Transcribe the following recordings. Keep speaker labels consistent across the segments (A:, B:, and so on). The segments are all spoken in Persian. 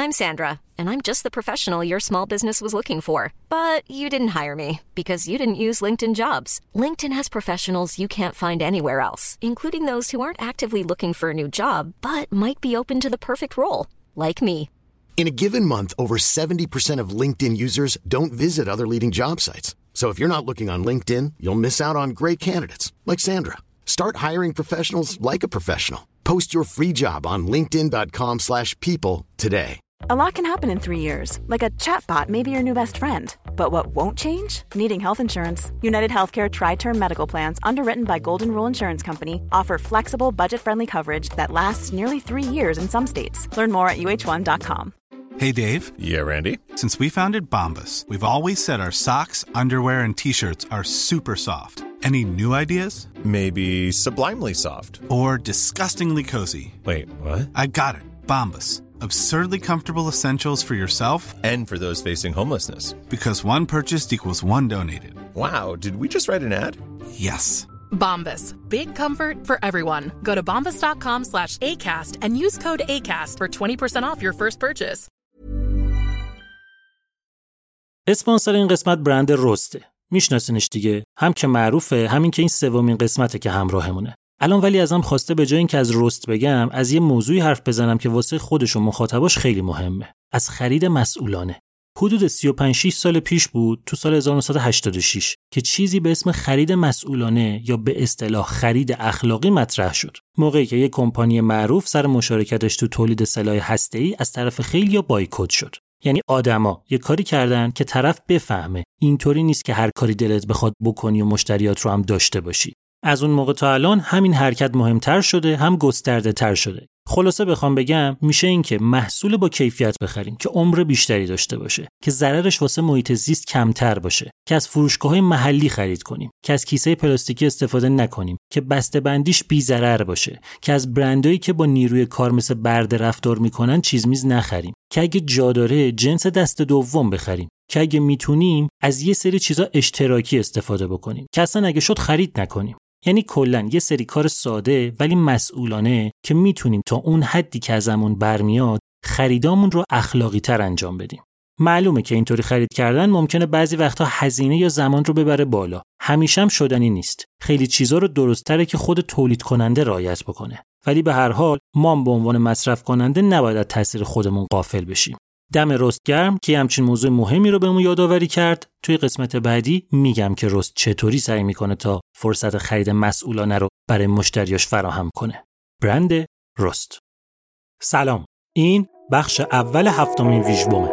A: I'm Sandra, and I'm just the professional your small business was looking for. But you didn't hire me because you didn't use LinkedIn Jobs. LinkedIn has professionals you can't find anywhere else, including those who aren't actively looking for a new job, but might be open to the perfect role, like me.
B: In a given month, over 70% of LinkedIn users don't visit other leading job sites. So if you're not looking on LinkedIn, you'll miss out on great candidates like Sandra. Start hiring professionals like a professional. Post your free job on linkedin.com/people today.
C: A lot can happen in 3 years, like a chatbot may be your new best friend. But what won't change? Needing health insurance. United Healthcare Tri-Term Medical Plans, underwritten by Golden Rule Insurance Company, offer flexible, budget-friendly coverage that lasts nearly 3 years in some states. Learn more at uh1.com.
D: Hey, Dave.
E: Yeah, Randy.
D: Since we founded Bombas, we've always said our socks, underwear, and T-shirts are super soft. Any new ideas?
E: Maybe sublimely soft.
D: Or disgustingly cozy.
E: Wait, what?
D: I got it. Bombas. Absurdly comfortable essentials for yourself
E: and for those facing homelessness.
D: Because one purchased equals one donated.
E: Wow, did we just write an ad?
D: Yes.
F: Bombas. Big comfort for everyone. Go to bombas.com/ACAST and use code ACAST for 20% off your first purchase.
G: اسپانسر این قسمت برند رسته. میشناسینش دیگه. هم که معروفه، همین که این سومین قسمته که همراهمونه. الان ولی ازم خواسته به جای اینکه از رست بگم، از یه موضوعی حرف بزنم که واسه خودش و مخاطباش خیلی مهمه. از خرید مسئولانه. حدود 35-6 سال پیش بود، تو سال 1986، که چیزی به اسم خرید مسئولانه یا به اصطلاح خرید اخلاقی مطرح شد. موقعی که یک کمپانی معروف سر مشارکتش تو تولید سلاح هسته‌ای از طرف خیلیا بایکوت شد. یعنی آدما یه کاری کردن که طرف بفهمه اینطوری نیست که هر کاری دلت بخواد بکنی و مشتریات رو هم داشته باشی. از اون موقع تا الان همین حرکت مهمتر شده، هم گسترده تر شده. خلاصه بخوام بگم، میشه این که محصول با کیفیت بخریم که عمر بیشتری داشته باشه، که ضررش واسه محیط زیست کمتر باشه، که از فروشگاه‌های محلی خرید کنیم، که از کیسه پلاستیکی استفاده نکنیم، که بسته‌بندیش بی‌ضرر باشه، که از برندایی که با نیروی کار مثل برده رفتار میکنن چیز میز نخریم، که اگه جا داره جنس دست دوم بخریم، که اگه میتونیم از یه سری چیزا اشتراکی استفاده بکنیم، که اصلا اگه شد خرید نکنیم. یعنی کلاً یه سری کار ساده ولی مسئولانه که میتونیم تا اون حدی که ازمون برمیاد خریدامون رو اخلاقی تر انجام بدیم. معلومه که اینطوری خرید کردن ممکنه بعضی وقتا هزینه یا زمان رو ببره بالا. همیشه هم شدنی نیست. خیلی چیزا رو درست‌تره که خود تولید کننده رعایت بکنه. ولی به هر حال ما به عنوان مصرف کننده نباید از تاثیر خودمون غافل بشیم. دم رست گرم که همچین موضوع مهمی رو بهمون یادآوری کرد. توی قسمت بعدی میگم که رست چطوری سعی میکنه تا فرصت خرید مسئولانه رو برای مشتریاش فراهم کنه. برند رست. سلام. این بخش اول 7مین ویژبومه.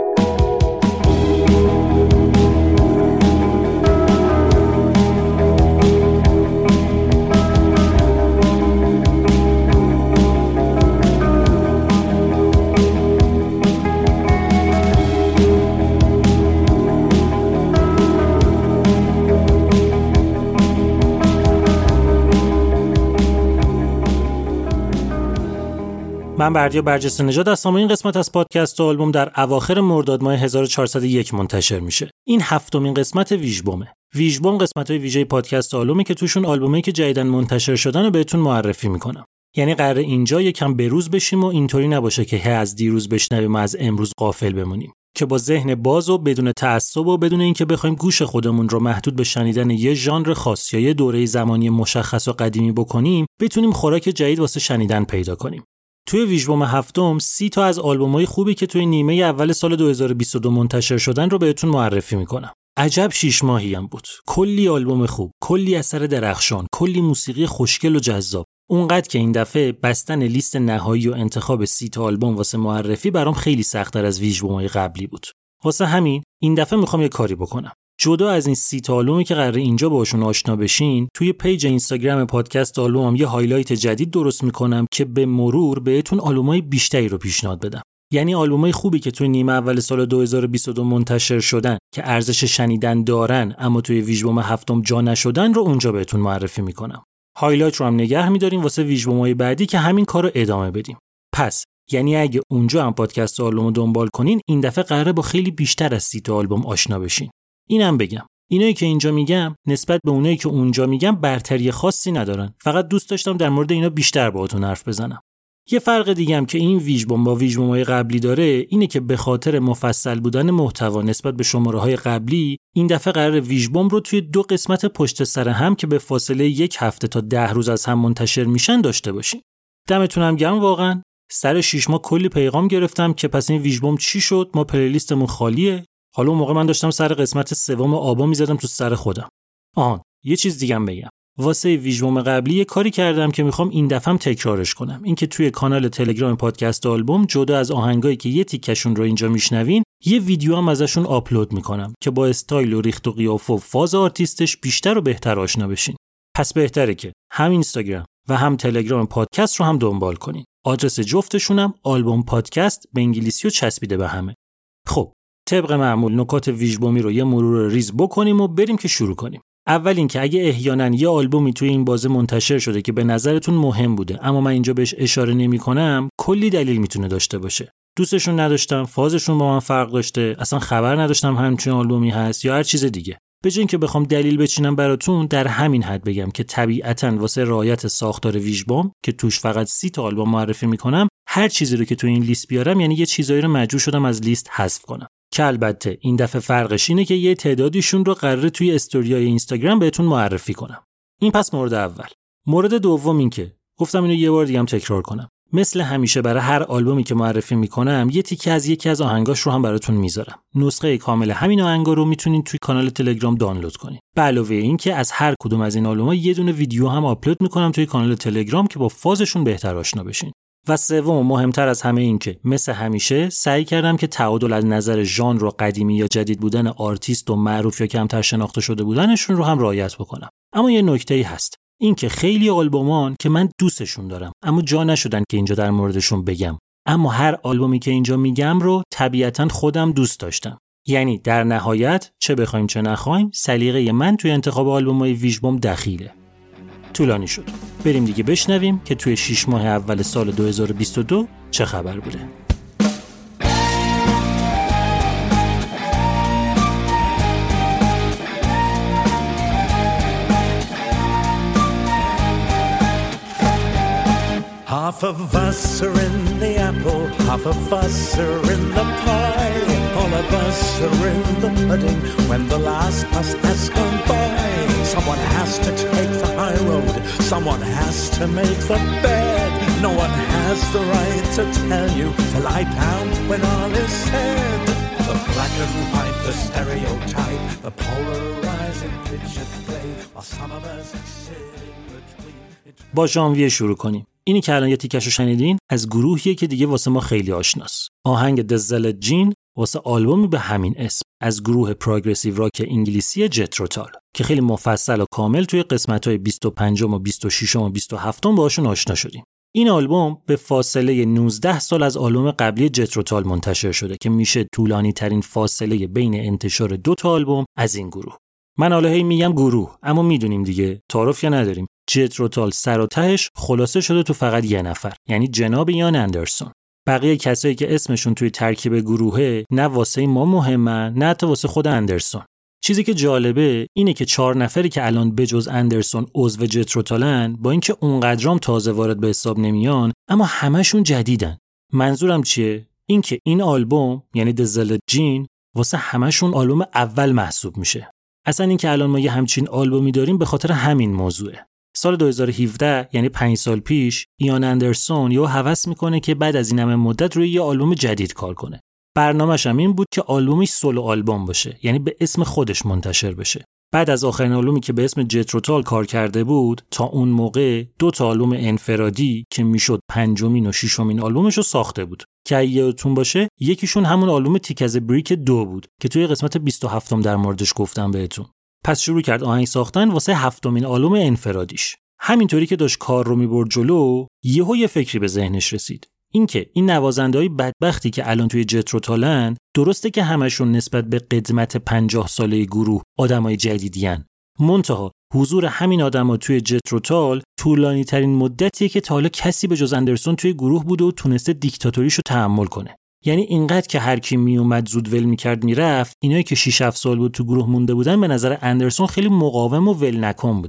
G: من بردیا برجسته نژاد هستم و این قسمت از پادکست و آلبوم در اواخر مرداد ماه 1401 منتشر میشه. این 7مین قسمت ویژبومه. ویژبوم قسمت‌های ویژه پادکست و آلبومی که توشون آلبومایی که جدیداً منتشر شدن رو بهتون معرفی میکنم. یعنی قرار اینجا یکم بروز بشیم و اینطوری نباشه که از دیروز بشنویم و از امروز غافل بمونیم. که با ذهن باز و بدون تعصب و بدون اینکه بخوایم گوش خودمون رو محدود به شنیدن یه ژانر خاص یا یه دوره زمانی مشخص و قدیمی بکنیم، بتونیم خوراک جدید واسه شنیدن پیدا کنیم. توی ویژبوم 7 30 تا از آلبوم‌های خوبی که توی نیمه اول سال 2022 منتشر شدن رو بهتون معرفی میکنم. عجب 6 ماهی هم بود. کلی آلبوم خوب، کلی اثر درخشان، کلی موسیقی خوشگل و جذاب. اونقدر که این دفعه بستن لیست نهایی و انتخاب 30 تا آلبوم واسه معرفی برام خیلی سخت‌تر از ویژبوم‌های قبلی بود. واسه همین این دفعه میخوام یه کاری بکنم. جدا از این 30 تا آلبومی که قراره اینجا باهاشون آشنا بشین، توی پیج اینستاگرام پادکست آلبومم یه هایلایت جدید درست میکنم که به مرور بهتون آلبومای بیشتری رو پیشنهاد بدم. یعنی آلبومای خوبی که توی نیمه اول سال 2022 منتشر شدن که ارزش شنیدن دارن اما توی ویژبوم 7 جا نشدن رو اونجا بهتون معرفی میکنم. هایلایت رو هم نگه می‌داریم واسه ویژبوم‌های بعدی که همین کارو ادامه بدیم. پس یعنی اگه اونجا هم پادکست آلبومو دنبال کنین، این دفعه قراره با خیلی بیشتر از 30 تا آلبوم آشنا بشین. اینم بگم، اینایی که اینجا میگم نسبت به اونایی که اونجا میگم برتری خاصی ندارن. فقط دوست داشتم در مورد اینا بیشتر باهاتون حرف بزنم. یه فرق دیگه هم که این ویژبوم با ویژبوم‌های قبلی داره اینه که به خاطر مفصل بودن محتوا نسبت به شماره‌های قبلی این دفعه قرار ویژبوم رو توی 2 قسمت پشت سر هم که به فاصله 1 هفته تا 10 روز از هم منتشر میشن داشته باشیم. دمتون هم گرم واقعا. سر 6 ماه کلی پیغام گرفتم که پس این ویژبوم چی شد؟ ما پلیلیستمون خالیه. حالا اون موقع من داشتم سر قسمت 3 آبا می‌زدم تو سر خودم. یه چیز دیگه هم بگم. واسه ویژبوم قبلی یه کاری کردم که میخوام این دفعه هم تکرارش کنم. اینکه توی کانال تلگرام پادکست آلبوم جدا از آهنگایی که یه تیکشون رو اینجا میشنوین، یه ویدیو هم ازشون آپلود میکنم که با استایل و ریخت و قیافه و فاز آرتیستش بیشتر و بهتر آشنا بشین. پس بهتره که هم اینستاگرام و هم تلگرام پادکست رو هم دنبال کنین. آدرس جفتشونم آلبوم پادکست به انگلیسی و چسبیده به همه. خب طبق معمول نکات ویژبومی رو یه مرور ریز بکنیم و بریم که شروع کنیم. اول اینکه اگه احیانا یه آلبومی توی این بازه منتشر شده که به نظرتون مهم بوده اما من اینجا بهش اشاره نمی‌کنم، کلی دلیل میتونه داشته باشه. دوستشون نداشتم، فازشون با من فرق داشته، اصلا خبر نداشتم همچین آلبومی هست یا هر چیز دیگه. به جای اینکه بخوام دلیل بچینم براتون، در همین حد بگم که طبیعتاً واسه رعایت ساختار ویژبوم که توش فقط 30 تا آلبوم معرفی می‌کنم، هر چیزی رو که تو این لیست بیارم یعنی یه چیزایی رو مجبور شدم از لیست حذف کنم. که البته این دفعه فرقش اینه که یه تعدادیشون رو قراره توی استوریای اینستاگرام بهتون معرفی کنم. این پس مورد اول. مورد دوم این که گفتم اینو یه بار دیگه هم تکرار کنم. مثل همیشه برای هر آلبومی که معرفی میکنم یه تیکه از یکی از آهنگاش رو هم براتون میذارم. نسخه کامل همین آهنگا رو میتونین توی کانال تلگرام دانلود کنین. به علاوه این که از هر کدوم از این آلبوم‌ها یه دونه ویدیو هم آپلود میکنم توی کانال تلگرام که با فازشون بهتر آشنا بشین. و سوم و مهمتر از همه این که مثل همیشه سعی کردم که تعادل از نظر ژانر و قدیمی یا جدید بودن آرتیست و معروف یا کمتر شناخته شده بودنشون رو هم رعایت بکنم. اما یه نکته‌ای هست، این که خیلی آلبومان که من دوستشون دارم اما جا نشدن که اینجا در موردشون بگم، اما هر آلبومی که اینجا میگم رو طبیعتاً خودم دوست داشتم. یعنی در نهایت چه بخوایم چه نخوایم سلیقه من توی انتخاب آلبومای ویژبوم دخیله. طولانی شد. بریم دیگه بشنویم که توی 6 ماه اول سال 2022 چه خبر بوده.
H: Half of us are in the apple, half of us are in the pie. All of us are in the pudding when the last bus has gone by. Someone has to take the high road, someone has to make the bed. No one has the right to tell you to lie down when all is said. The black and white, the stereotype, the polarizing picture play, while some of us sit in between.
G: با ژانویه شروع کنیم. اینی که الان یه تیکشو شنیدین از گروهیه که دیگه واسه ما خیلی آشناست. آهنگ دزلت جین واسه آلبومی به همین اسم از گروه پروگرسیو راک انگلیسی جترو تال که خیلی مفصل و کامل توی قسمت‌های 25 و 26 و 27 باهاشون آشنا شدیم. این آلبوم به فاصله 19 سال از آلبوم قبلی جترو تال منتشر شده که میشه طولانی ترین فاصله بین انتشار 2 تا آلبوم از این گروه. من حالا هی میگم گروه، اما میدونیم دیگه تعارف یا نداریم. جترو تال سر و تهش خلاصه شده تو فقط یه نفر، یعنی جناب ایان اندرسون. بقیه کسایی که اسمشون توی ترکیب گروهه نه واسه ما مهمن نه حتی واسه خود اندرسون. چیزی که جالبه اینه که 4 نفری که الان بجز اندرسون عضو جترو تالن، با اینکه اونقدرام تازه وارد به حساب نمیان اما همشون جدیدن. منظورم چیه؟ این که این آلبوم یعنی دزلت جین واسه همشون آلبوم اول محسوب میشه. اصلا این که الان ما یه همچین آلبومی داریم به خاطر همین موضوعه. سال 2017 یعنی 5 سال پیش ایان اندرسون یهو هوس میکنه که بعد از این همه مدت روی یه آلبوم جدید کار کنه. برنامه‌ش هم این بود که آلبومش سولو آلبوم باشه، یعنی به اسم خودش منتشر بشه. بعد از آخرین آلبومی که به اسم جترو تال کار کرده بود تا اون موقع 2 تا آلبوم انفرادی که میشد 5مین و 6مین آلبومش رو ساخته بود که یادتون باشه یکیشون همون آلبوم تیک از بریک 2 بود که توی قسمت 27 در موردش گفتم بهتون. پس شروع کرد آهنگ ساختن واسه 7مین آلبوم انفرادیش. همینطوری که داشت کار رو میبرد جلو یهو یه فکری به ذهنش رسید، اینکه این نوازنده‌های بدبختی که الان توی جترو تالن، درسته که همشون نسبت به قدمت 50 ساله گروه آدمای جدیدین، منتها حضور همین آدما توی جترو تال طولانی ترین مدتیه که تا حالا کسی به جز اندرسون توی گروه بوده و تونسته دیکتاتوریشو تحمل کنه. یعنی اینقدر که هر کی می اومد زود ول میکرد میرفت، اینایی که 6-7 سال بود تو گروه مونده بودن به نظر اندرسون خیلی مقاوم و ول نکن بودن.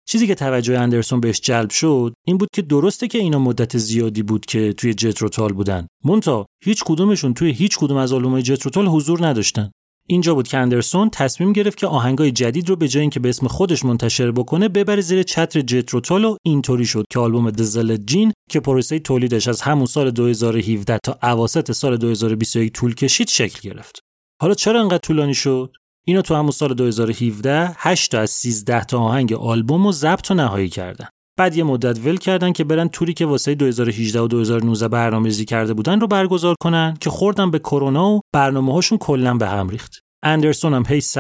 G: چیزی که توجه اندرسون بهش جلب شد این بود که درسته که اینا مدت زیادی بود که توی جترو تال بودن، منتها هیچ کدومشون توی هیچ کدوم از آلبوم‌های جترو تال حضور نداشتن. اینجا بود که اندرسون تصمیم گرفت که آهنگای جدید رو به جای اینکه به اسم خودش منتشر بکنه ببره زیر چتر جترو تال و اینطوری شد که آلبوم دزلت جین که پروسه تولیدش از همون سال 2017 تا اواسط سال 2021 طول کشید شکل گرفت. حالا چرا انقدر طولانی شد؟ اینا تو همون سال 2017 8 تا از 13 تا آهنگ آلبوم رو ضبط و نهایی کردن. بعد یه مدت ول کردن که برن توری که واسه 2018 و 2019 برنامه‌ریزی کرده بودن رو برگزار کنن که خوردن به کرونا و برنامه‌هاشون کلاً به هم ریخت. اندرسون هم هی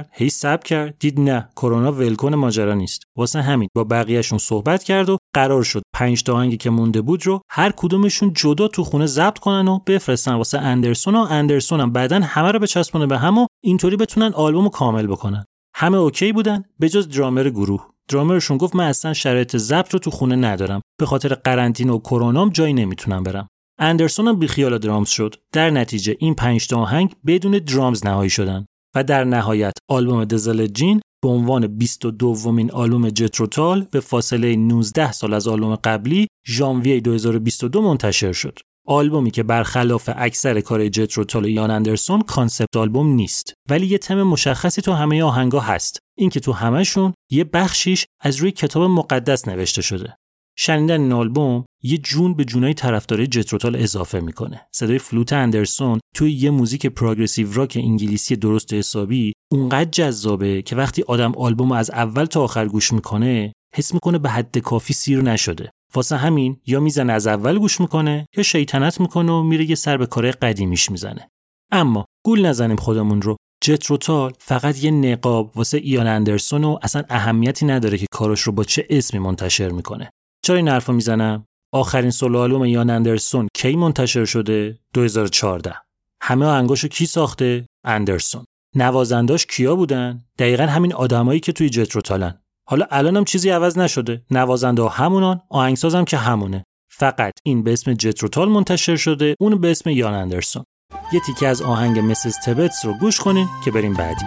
G: صبر کرد دید نه کرونا ولکن ماجرا نیست. واسه همین با بقیه‌شون صحبت کرد و قرار شد 5 تا آهنگی که مونده بود رو هر کدومشون جدا تو خونه ضبط کنن و بفرستن واسه اندرسون و اندرسون هم بعدن همه رو بچسبونه به هم و اینطوری بتونن آلبومو کامل بکنن. همه اوکی بودن به جز درامر گروه. درامرشون گفت من اصلا شرایط ضبط رو تو خونه ندارم، به خاطر قرنطینه و کرونام جایی نمیتونم برم. اندرسون هم بیخیال درامز شد. در نتیجه این 5 تا آهنگ بدون درامز نهایی شدن و در نهایت آلبوم دزلت جین به عنوان 22مین آلبوم جترو تال به فاصله 19 سال از آلبوم قبلی ژانویه 2022 منتشر شد. آلبومی که برخلاف اکثر کارهای جترو تال و یان اندرسون کانسپت آلبوم نیست، ولی یه تم مشخصی تو همه آهنگا هست، این که تو همه‌شون یه بخشیش از روی کتاب مقدس نوشته شده. شنیدن این آلبوم یه جون به جونای طرفدارای جترو تال اضافه میکنه. صدای فلوت اندرسون توی یه موزیک پروگرسیو راک انگلیسی درست حسابی اونقدر جذابه که وقتی آدم آلبوم از اول تا آخر گوش میکنه حس میکنه به حد کافی سیر نشده. واسه همین یا میزنه از اول گوش میکنه یا شیطنت میکنه و میره یه سر به کارهای قدیمیش میزنه. اما گول نزنیم خودمون رو. جترو تال فقط یه نقاب واسه ایان اندرسون و اصلا اهمیتی نداره که کاراش رو با چه اسمی منتشر میکنه. چرا این حرفو میزنم؟ آخرین سولو آلبوم ایان اندرسون کی منتشر شده؟ 2014. همه آهنگاشو کی ساخته؟ اندرسون. نوازنداش کیا بودن؟ دقیقاً همین آدمایی که توی جترو تالن. حالا الانم چیزی عوض نشده. نوازنده همونان، آهنگسازم که همونه. فقط این به اسم جترو تال منتشر شده، اون به اسم ایان اندرسون. یه تیکه از آهنگ مسز تبتس رو گوش کنین که بریم بعدی.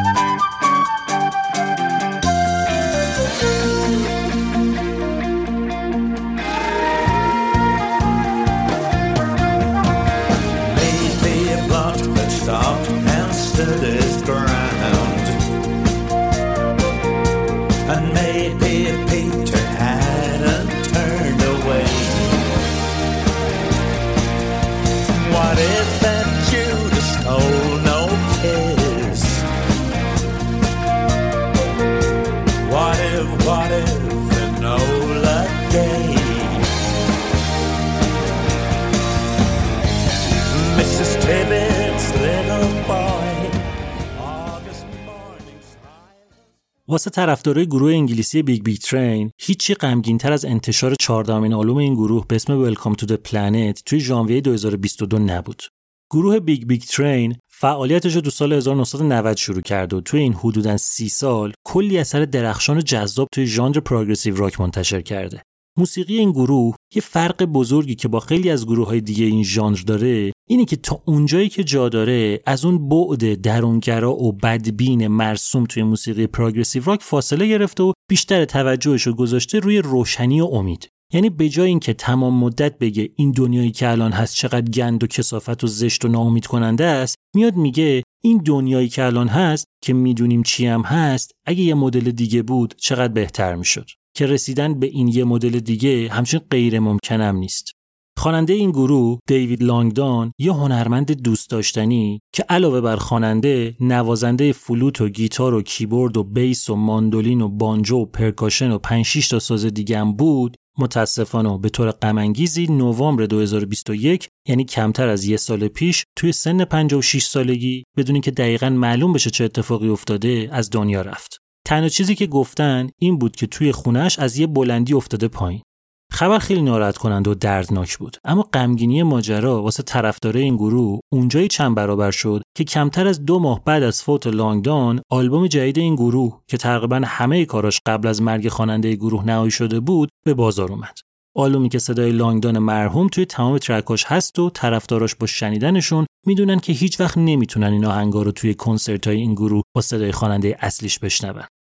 G: واسه طرفدارای گروه انگلیسی بیگ بیگ ترین هیچی غمگین‌تر از انتشار 14مین آلبوم این گروه به اسم ویلکام تو د پلنت توی ژانویه 2022 نبود. گروه بیگ بیگ ترین فعالیتش رو تو سال 1990 شروع کرد و توی این حدوداً 30 سال کلی اثر درخشان و جذاب توی ژانر پروگرسیو راک منتشر کرده. موسیقی این گروه یه فرق بزرگی که با خیلی از گروه‌های دیگه این ژانر داره اینه که تا اونجایی که جا داره از اون بعد درونگرا و بدبین مرسوم توی موسیقی پروگرسیو راک فاصله گرفته و بیشتر توجهش رو گذاشته روی روشنی و امید. یعنی به جای اینکه تمام مدت بگه این دنیایی که الان هست چقدر گند و کثافت و زشت و ناامید کننده است، میاد میگه این دنیایی که الان هست که میدونیم چی هم هست اگه یه مدل دیگه بود چقدر بهتر میشد، که رسیدن به این یه مدل دیگه همچین غیر ممکن هم نیست. خواننده این گروه دیوید لانگدان یه هنرمند دوست داشتنی که علاوه بر خواننده، نوازنده فلوت و گیتار و کیبورد و بیس و ماندولین و بانجو و پرکاشن و 5-6 تا ساز دیگه هم بود. متاسفانه به طور غم انگیزی نوامبر 2021 یعنی کمتر از یه سال پیش توی سن 56 سالگی بدون اینکه دقیقاً معلوم بشه چه اتفاقی افتاده از دنیا رفت. تنها چیزی که گفتن این بود که توی خونش از یه بلندی افتاده پایین. خبر خیلی ناراحت کننده و دردناک بود، اما غمگینی ماجرا واسه طرفدارای این گروه اونجایی چند برابر شد که کمتر از 2 ماه بعد از فوت لانگدان آلبوم جدید این گروه که تقریبا همه کاراش قبل از مرگ خواننده گروه نهایی شده بود به بازار اومد. آلبومی که صدای لانگدان مرحوم توی تمام ترکاش هست و طرفداراش با شنیدنشون میدونن که هیچ وقت نمیتونن این آهنگا رو توی کنسرت‌های این گروه با صدای خواننده اصلیش بشنون.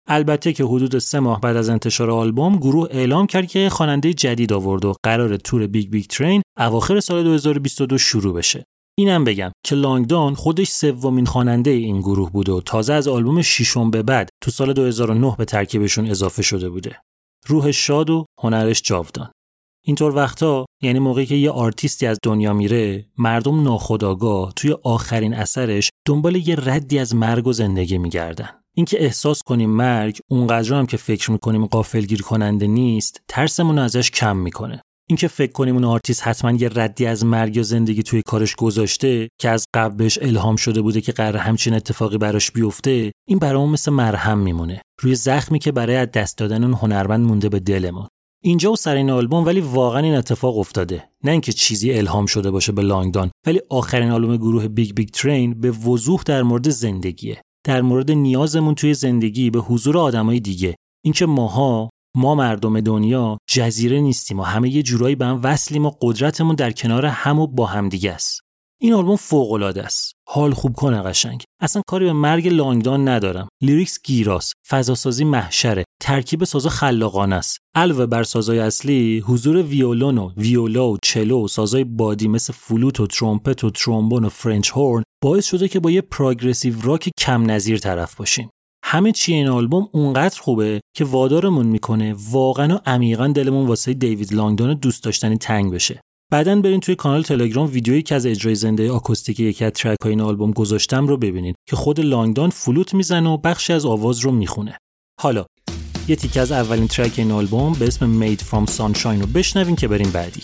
G: البته که حدود 3 ماه بعد از انتشار آلبوم گروه اعلام کرد که خواننده جدید آورد و قرار تور بیگ بیگ ترین اواخر سال 2022 شروع بشه. اینم بگم که لانگدون خودش سومین خواننده این گروه بوده و تازه از آلبوم ششم به بعد تو سال 2009 به ترکیبشون اضافه شده بوده. روحش شاد و هنرش جاودان. اینطور وقتا یعنی موقعی که یه آرتیستی از دنیا میره، مردم ناخودآگاه توی آخرین اثرش دنبال یه ردی از مرگ و زندگی میگردن. اینکه احساس کنیم مرگ اونقدر هم که فکر میکنیم غافلگیر کننده نیست، ترسمون رو ازش کم میکنه. اینکه فکر کنیم اون آرتیست حتما یه ردی از مرگ یا زندگی توی کارش گذاشته که از قبل بهش الهام شده بوده که قراره همچین اتفاقی براش بیفته، این برامون مثل مرهم میمونه روی زخمی که برای از دست دادن اون هنرمند مونده به دلمون. اینجا و سر این آلبوم ولی واقعا این اتفاق افتاده. نه اینکه چیزی الهام شده باشه به لانگدون، ولی آخرین آلبوم گروه بیگ بیگ ترین به وضوح در مورد زندگیه، در مورد نیازمون توی زندگی به حضور آدمای دیگه. اینکه ما مردم دنیا جزیره نیستیم و همه یه جورایی به هم وصلیم و قدرتمون در کنار هم و با هم دیگه است. این آلبوم فوق‌العاده است. حال خوب کنه قشنگ. اصلا کاری به مرگ لانگدون ندارم. لیریکس گیراس، فضاسازی محشره، ترکیب سازا خلاقانه است. علاوه بر سازای اصلی، حضور ویولون و ویولا و چلو و سازای بادی مثل فلوت و ترومپت و ترومبون و فرنچ هورن باعث شده که با یه پروگرسیو راک کم نظیر طرف باشیم. همه چی این آلبوم اونقدر خوبه که وادارمون میکنه واقعا و عمیقاً دلمون واسه دیوید لانگدون دوست داشتنی تنگ بشه. بعدن برین توی کانال تلگرام ویدیویی که از اجرای زنده آکوستیک یکی از ترک‌های این آلبوم گذاشتم رو ببینید که خود لانگدون فلوت میزنه و بخشی از آواز رو میخونه. حالا یه تیکه از اولین ترک این آلبوم به اسم Made from Sunshine رو بشنوین که بریم بعدی.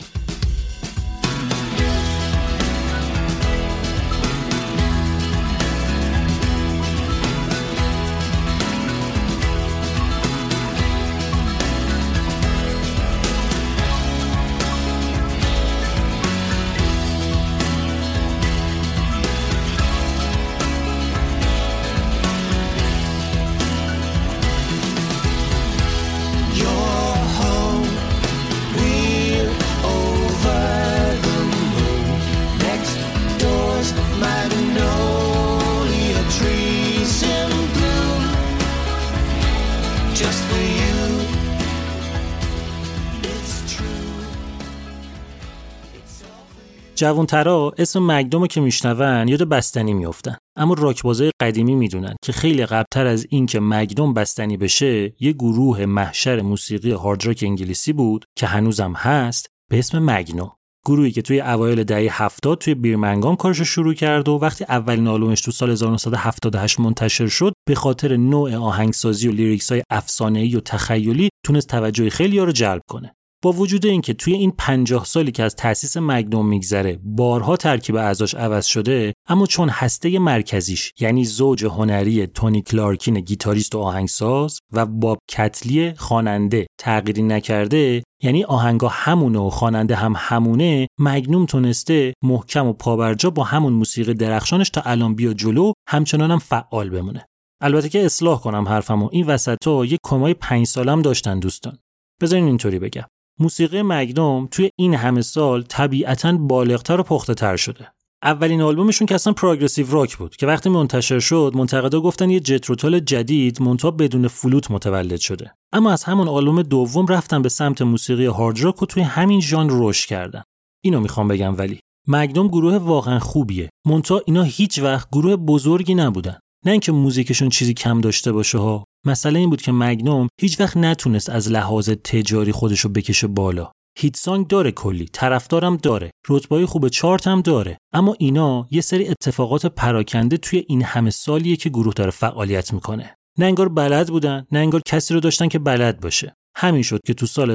G: جوان‌ترا اسم مگدومو که میشنون یاد بستنی میافتن، اما راکبازای قدیمی میدونن که خیلی قبلتر از این که مگدوم بستنی بشه یه گروه محشر موسیقی هارد راک انگلیسی بود که هنوزم هست به اسم مگنو. گروهی که توی اوایل دهه 70 توی بیرمنگام کارشو شروع کرد و وقتی اولین آلبومش تو سال 1978 منتشر شد به خاطر نوع آهنگسازی و لیریکس‌های افسانه‌ای و تخیلی تونست توجه خیلی‌ها رو جلب کنه. با وجود اینکه توی این 50 سالی که از تأسیس مگنوم میگذره بارها ترکیب اعضاش عوض شده، اما چون هسته مرکزیش یعنی زوج هنری تونی کلارکین گیتاریست و آهنگساز و باب کتلی خواننده تغییری نکرده، یعنی آهنگا همونه و خواننده هم همونه، مگنوم تونسته محکم و پابرجا با همون موسیقی درخشانش تا الان بیا جلو، همچنان هم فعال بمونه. البته که اصلاح کنم حرفمو، این وسطا یک کمای 5 سالم داشتن دوستان. بذارین اینطوری بگم، موسیقی مگنوم توی این همه سال طبیعتاً بالغتر و پخته‌تر شده. اولین آلبومشون که اصلا پروگرسیو راک بود که وقتی منتشر شد منتقدا گفتن یه جتروتال جدید منتها بدون فلوت متولد شده. اما از همون آلبوم دوم رفتن به سمت موسیقی هارد راک و توی همین ژانر رشد کردن. اینو میخوام بگم، ولی مگنوم گروه واقعا خوبیه، منتها اینا هیچ وقت گروه بزرگی نبودن. نه اینکه موزیکشون چیزی کم داشته باشه ها، مسئله این بود که مگنوم هیچ وقت نتونست از لحاظ تجاری خودشو بکشه بالا. هیت سانگ داره، کلی طرفدارم داره، رتبه‌های خوب چارت هم داره، اما اینا یه سری اتفاقات پراکنده توی این همه سالیه که گروه داره فعالیت میکنه. نه انگار بلد بودن، نه انگار کسی رو داشتن که بلد باشه. همین شد که تو سال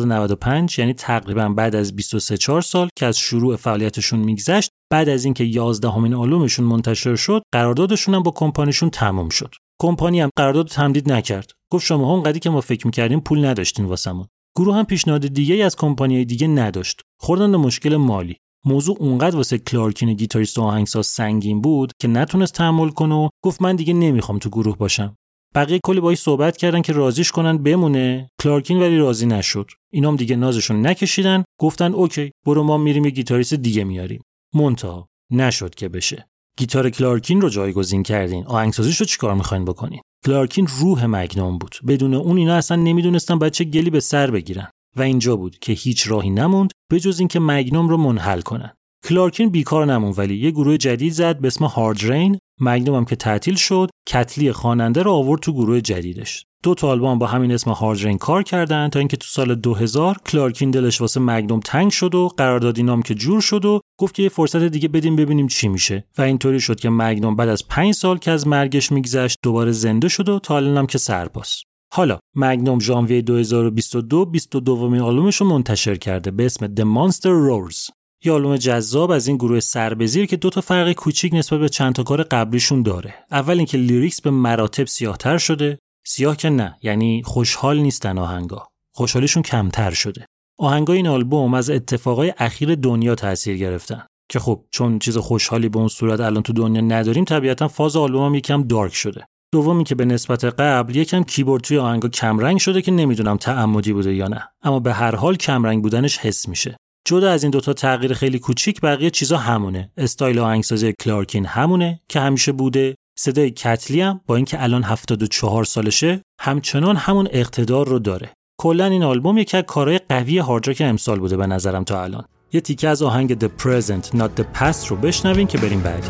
G: 1995 یعنی تقریبا بعد از 23-4 سال که از شروع فعالیتشون میگذشت، بعد از اینکه 11مین آلبومشون منتشر شد، قراردادشون هم با کمپانیشون تموم شد. کمپانی هم قرارداد تمدید نکرد. گفت شما اونقدری که ما فکر می‌کردیم پول نداشتین واسمون. گروه هم پیشنهاد دیگه‌ای از کمپانی‌های دیگه نداشت. خوردن به مشکل مالی. موضوع اونقدر واسه کلارکین گیتاریست و آهنگساز سنگین بود که نتونست تحمل کنه و گفت من دیگه نمیخوام تو گروه باشم. بقیه کلی باهاش صحبت کردن که راضیش کنن بمونه، کلارکین ولی راضی نشد. اینام دیگه نازشون نکشیدن، گفتن اوکی برو ما میریم یه گیتاریست دیگه میاریم. منتها نشد که بشه. گیتار کلارکین رو جایگزین کردین، آهنگسازیش رو چیکار میخواین بکنین؟ کلارکین روح مگنوم بود. بدون اون اینا اصلا نمیدونستن باید چه گلی به سر بگیرن. و اینجا بود که هیچ راهی نموند به جز اینکه مگنوم رو منحل کنن. کلارکین بیکار نموند ولی یه گروه جدید زد به اسم هارد رین. مگنوم هم که تعطیل شد، کتلی خواننده رو آورد تو گروه جدیدش. 2 تا آلبوم با همین اسم هارد رین کار کردن تا اینکه تو سال 2000 کلارکین دلش واسه مگنوم تنگ شد و قرارداد اینام که جور شد و گفت که یه فرصت دیگه بدیم ببینیم چی میشه. و اینطوری شد که مگنوم بعد از 5 سال که از مرگش میگذشت دوباره زنده شد و تا الانم که سرباز. حالا مگنوم ژانویه 2022 22مین آلبومش رو منتشر کرده به اسم The Monster Roars. یه آلبوم جذاب از این گروه سربزیر که 2 تا فرق کوچیک نسبت به چند تا کار قبلیشون داره. اول اینکه لیریکس به مراتب سیاه‌تر شده. سیاه که نه، یعنی خوشحال نیستن آهنگا. خوشحالیشون کمتر شده. آهنگای این آلبوم از اتفاقای اخیر دنیا تاثیر گرفتن. که خب چون چیز خوشحالی به اون صورت الان تو دنیا نداریم طبیعتاً فاز آلبومم یکم دارک شده. دومی که به نسبت قبل یکم کیبورد توی آهنگا کم رنگ شده که نمیدونم تعمدی بوده یا نه، اما به هر حال کم رنگ بودنش حس میشه. جدا از این 2 تا تغییر خیلی کوچیک بقیه چیزا همونه. استایل آهنگسازی کلارکین همونه که همیشه بوده. صدای کتلی هم با اینکه الان 74 سالشه همچنان همون اقتدار رو داره. کلا این آلبوم یکی از کارهای قوی هارد راک امسال بوده به نظرم تا الان. یه تیکه از آهنگ The Present Not The Past رو بشنوین که بریم بعدی.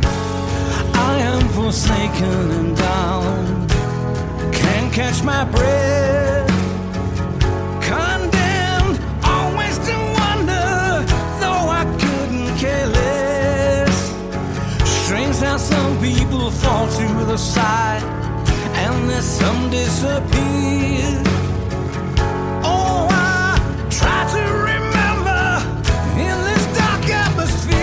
H: Forsaken and down, can't catch my breath, condemned always to wonder, though I couldn't care less. Strange how some people fall to the side and then some disappear. Oh, I try to remember in this dark atmosphere.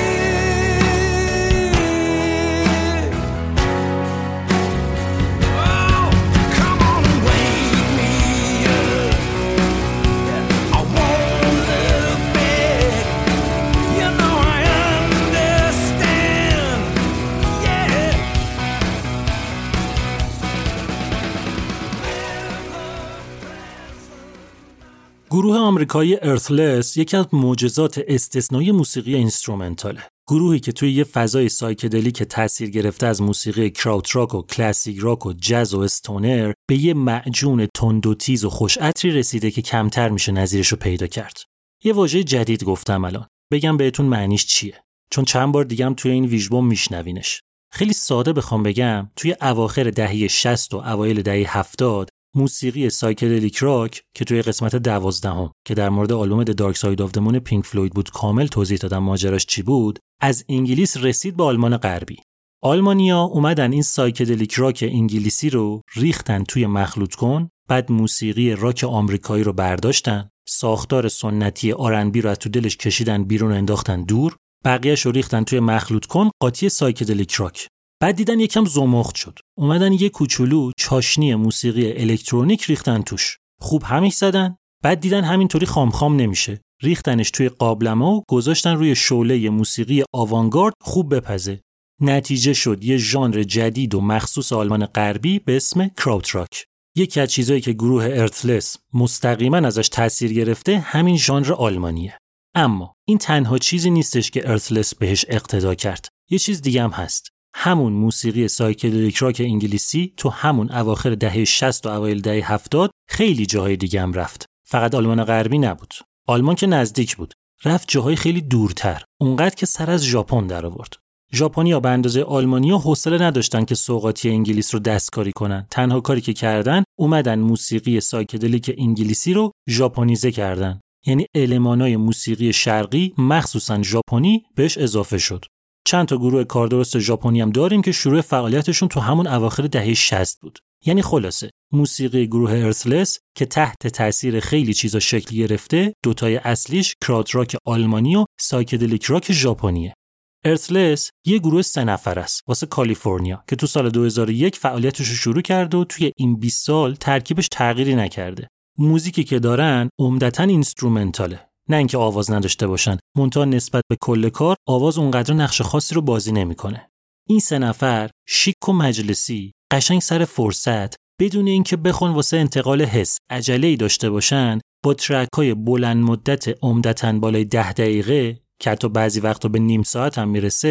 G: گروه آمریکایی ارثلس یکی از معجزات استثنایی موسیقی اینسترومنتاله. گروهی که توی یه فضای سایکدلیک تأثیر گرفته از موسیقی کراوت راک و کلاسیک راک و جاز و استونر به یه معجون تند و تیز و خوش عطری رسیده که کمتر میشه نظیرش رو پیدا کرد. یه واژه جدید گفتم الان. بگم بهتون معنیش چیه؟ چون چند بار دیگه هم توی این ویژبوم میشنوینش. خیلی ساده بخوام بگم توی اواخر دهه 60 و اوایل دهه 70 موسیقی سایکدلیک راک که توی قسمت 12 که در مورد آلبوم The Dark Side of the Moon پینک فلوید بود کامل توضیح دادم ماجراش چی بود، از انگلیس رسید به آلمان غربی. آلمانیا اومدن این سایکدلیک راک انگلیسی رو ریختن توی مخلوط کن، بعد موسیقی راک آمریکایی رو برداشتن، ساختار سنتی آرنبی رو از تو دلش کشیدن بیرون انداختن دور، بقیه‌اش رو ریختن توی مخلوط کن قاطی سایکدلیک راک. بعد دیدن یکم زمخت شد. اومدن یه کوچولو چاشنی موسیقی الکترونیک ریختن توش. خوب همیش زدن. بعد دیدن همینطوری خام نمیشه. ریختنش توی قابلمه و گذاشتن روی شعله موسیقی آوانگارد خوب بپزه. نتیجه شد یه ژانر جدید و مخصوص آلمان غربی به اسم کراوت راک. یکی از چیزایی که گروه ارثلس مستقیما ازش تاثیر گرفته همین ژانر آلمانیه. اما این تنها چیزی نیستش که ارثلس بهش اقتدا کرد. یه چیز دیگه هم هست. همون موسیقی سایکدلیک راک انگلیسی تو همون اواخر دهه 60 و اوایل دهه 70 خیلی جاهای دیگه هم رفت. فقط آلمان غربی نبود. آلمان که نزدیک بود، رفت جاهای خیلی دورتر. اونقدر که سر از ژاپن در آورد. ژاپنی‌ها به اندازه آلمانی‌ها حوصله نداشتن که سوغاتی انگلیس رو دستکاری کنن. تنها کاری که کردن اومدن موسیقی سایکدلیک انگلیسی رو ژاپنیزه کردن. یعنی المانای موسیقی شرقی مخصوصاً ژاپنی بهش اضافه شد. چند تا گروه کاردرست ژاپنی هم داریم که شروع فعالیتشون تو همون اواخر دهه 60 بود. یعنی خلاصه موسیقی گروه ارثلس که تحت تاثیر خیلی چیزا شکل گرفته، دوتای اصلیش کراوت راک آلمانی و سایکدلیک راک ژاپنیه. ارثلس یه گروه 3 نفر است واسه کالیفرنیا که تو سال 2001 فعالیتش رو شروع کرده و توی این 20 سال ترکیبش تغییری نکرده. موزیکی که دارن عمدتاً اینسترومنتاله. نه اینکه آواز نداشته باشن، منتها نسبت به کل کار آواز اونقدر نقش خاصی رو بازی نمیکنه. این 3 نفر شیک و مجلسی، قشنگ سر فرصت، بدون اینکه بخون واسه انتقال حس عجله‌ای داشته باشن، با ترک‌های بلند مدت عمدتاً بالای 10 دقیقه که حتی بعضی وقتا به نیم ساعت هم میرسه،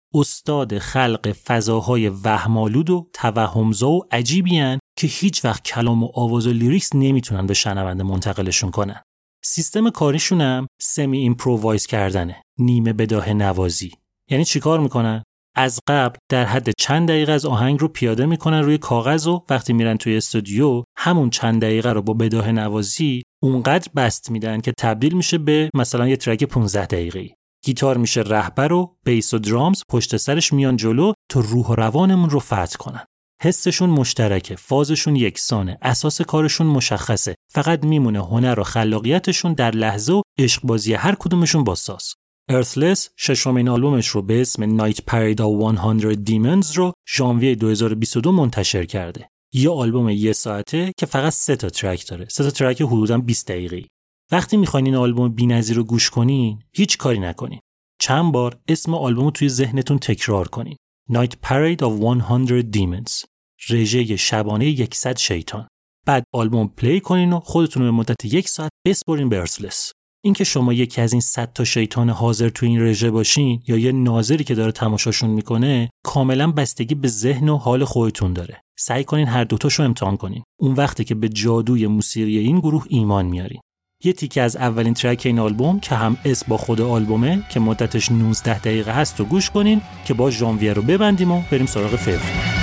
G: استاد خلق فضاهای وهم‌آلود و توهمزا و عجیبی هن که هیچ وقت کلام و آواز و لیریکس نمیتونن به شنونده منتقلشون کنن. سیستم کاریشون هم سمی ایمپرووایز کردنه، نیمه بداهه نوازی. یعنی چیکار میکنن؟ از قبل در حد چند دقیقه از آهنگ رو پیاده میکنن روی کاغذ و وقتی میرن توی استودیو همون چند دقیقه رو با بداهه نوازی اونقدر بست میدن که تبدیل میشه به مثلا یه ترک 15 دقیقه‌ای. گیتار میشه رهبر و بیس و درامز پشت سرش میان جلو تا روح و روانمون رو فتح کنن. حسشون مشترکه، فازشون یکسانه، اساس کارشون مشخصه. فقط میمونه هنر و خلاقیتشون در لحظه و عشقبازی هر کدومشون با ساز. Earthless ششمین آلبومش رو به اسم Night Parade of 100 Demons رو ژانویه 2022 منتشر کرده. یه آلبوم 1 ساعته که فقط 3 تا ترک داره. 3 تا ترک حدوداً 20 دقیقه‌ای. وقتی میخواین این آلبوم بی‌نظیر رو گوش کنین، هیچ کاری نکنین. چند بار اسم آلبوم رو توی ذهنتون تکرار کنین. Night Parade of 100 Demons. رژه شبانه 100 شیطان. بعد آلبوم پلی کنین و خودتون رو به مدت 1 ساعت بسپرین به Earthless. اینکه شما یکی از این 100 تا شیطان حاضر تو این رژه باشین یا یه ناظری که داره تماشاشون میکنه کاملا بستگی به ذهن و حال خودتون داره. سعی کنین هر دوتاشو امتحان کنین. اون وقتی که به جادوی موسیقی این گروه ایمان میارین. یه تیکه از اولین ترک این آلبوم که هم اسم با خود آلبومه که مدتش 19 دقیقه هست رو گوش کنین که با ژانویه رو ببندیم و بریم سراغ فوریه.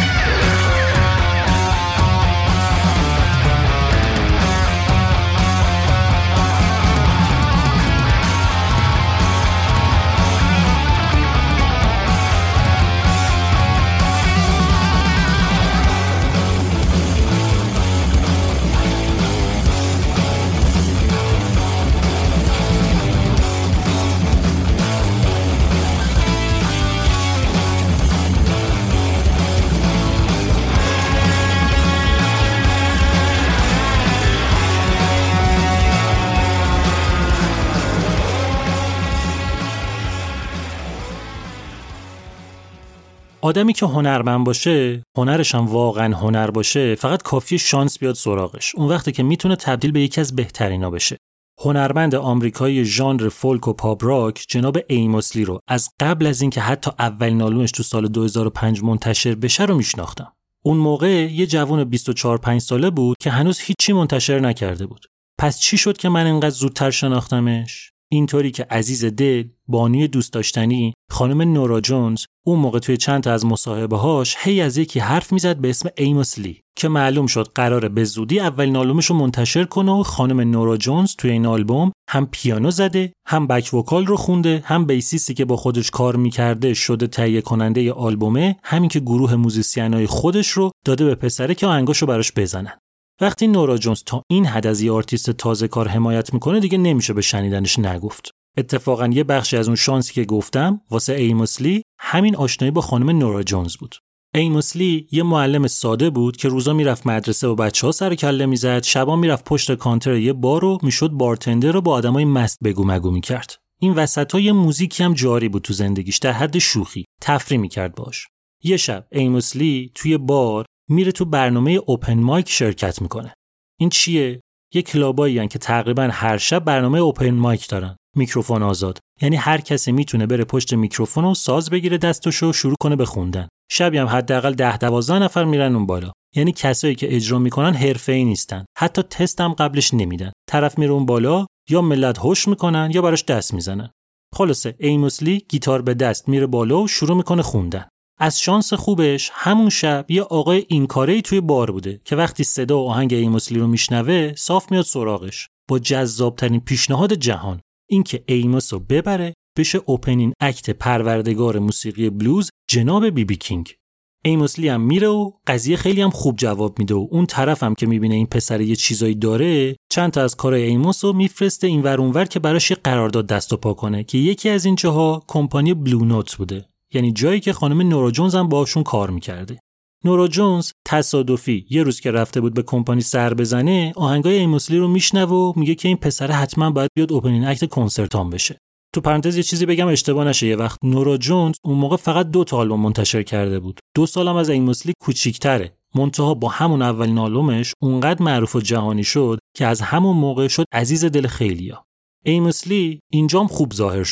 G: آدمی که هنرمند باشه، هنرش هم واقعا هنر باشه، فقط کافیه شانس بیاد سراغش. اون وقتی که میتونه تبدیل به یکی از بهترینا بشه. هنرمند آمریکایی ژانر فولک و پاپ راک جناب ایموس لی رو از قبل از اینکه حتی اولین آلبومش تو سال 2005 منتشر بشه رو میشناختم. اون موقع یه جوون 24-5 ساله بود که هنوز هیچی منتشر نکرده بود. پس چی شد که من اینقدر زودتر شناختمش؟ اینطوری که عزیز دل، بانوی دوست داشتنی، خانم نورا جونز اون موقع توی چند تا از مصاحبه‌هاش هی از یکی حرف میزد به اسم ایموس لی که معلوم شد قراره به زودی اولین آلبومش رو منتشر کنه و خانم نورا جونز توی این آلبوم هم پیانو زده، هم بک وکال رو خونده، هم بیسیستی که با خودش کار میکرده شده تهیه کننده ی آلبومه، همین که گروه موزیسینای خودش رو داده به پسره که آهنگاشو براش بزنن. وقتی نورا جونز تا این حد از یه آرتیست تازه کار حمایت میکنه دیگه نمیشه به شنیدنش نگفت. اتفاقا یه بخشی از اون شانسی که گفتم واسه ایموس لی همین آشنایی با خانم نورا جونز بود. ایموس لی یه معلم ساده بود که روزا میرفت مدرسه و بچه‌ها سر کله میزد، شبا میرفت پشت کانتر یه بار و میشد بارتندر رو با آدمای مست بگو مگو میکرد. این وسطا یه موزیکی هم جاری بود تو زندگیش، در حد شوخی، تفریح میکرد باش. یه شب ایموس لی توی بار میره تو برنامه اوپن مایک شرکت میکنه. این چیه؟ یه کلابایی که تقریبا هر شب برنامه اوپن مایک دارن. میکروفون آزاد. یعنی هر کسی میتونه بره پشت میکروفون و ساز بگیره دستشو شروع کنه به خوندن. شبی هم حداقل 10-12 نفر میرن اون بالا. یعنی کسایی که اجرا میکنن حرفه‌ای نیستن. حتی تست هم قبلش نمیدن. طرف میره اون بالا یا ملت هوش میکنن یا براش دست میزنن. خلاصه ایموس لی گیتار به دست میره بالا و شروع میکنه خوندن. از شانس خوبش همون شب یه آقای این کاره‌ای توی بار بوده که وقتی صدا و آهنگ ایموس لی رو میشنوه صاف میاد سراغش با جذاب‌ترین پیشنهاد جهان، اینکه ایموس رو ببره بشه اوپنینگ اکت پروردگار موسیقی بلوز جناب بی بی کینگ. ایموس لی هم میره و قضیه خیلی هم خوب جواب میده و اون طرف هم که میبینه این پسر یه چیزایی داره چند تا از کارهای ایموس رو میفرسته اینور اونور که براش یه قرارداد دست و پا کنه که یکی از این جاها کمپانی بلو نوت بوده، یعنی جایی که خانم نورا جونز هم باهاشون کار میکرده. نورا جونز تصادفی یه روز که رفته بود به کمپانی سر بزنه آهنگای ایموس لی رو میشنوه و میگه که این پسر حتما باید بیاد اوپنینگ اکت کنسرتام بشه. تو پرانتز یه چیزی بگم اشتباه نشه، یه وقت نورا جونز اون موقع فقط 2 تا آلبوم منتشر کرده بود. 2 سالم از ایموس لی کوچیک‌تره. منتها با همون اولین آلبومش اونقدر معروف و جهانی شد که از همون موقع شد عزیز دل خیلیا. ایموس لی اینجام خوب ظاهر شد.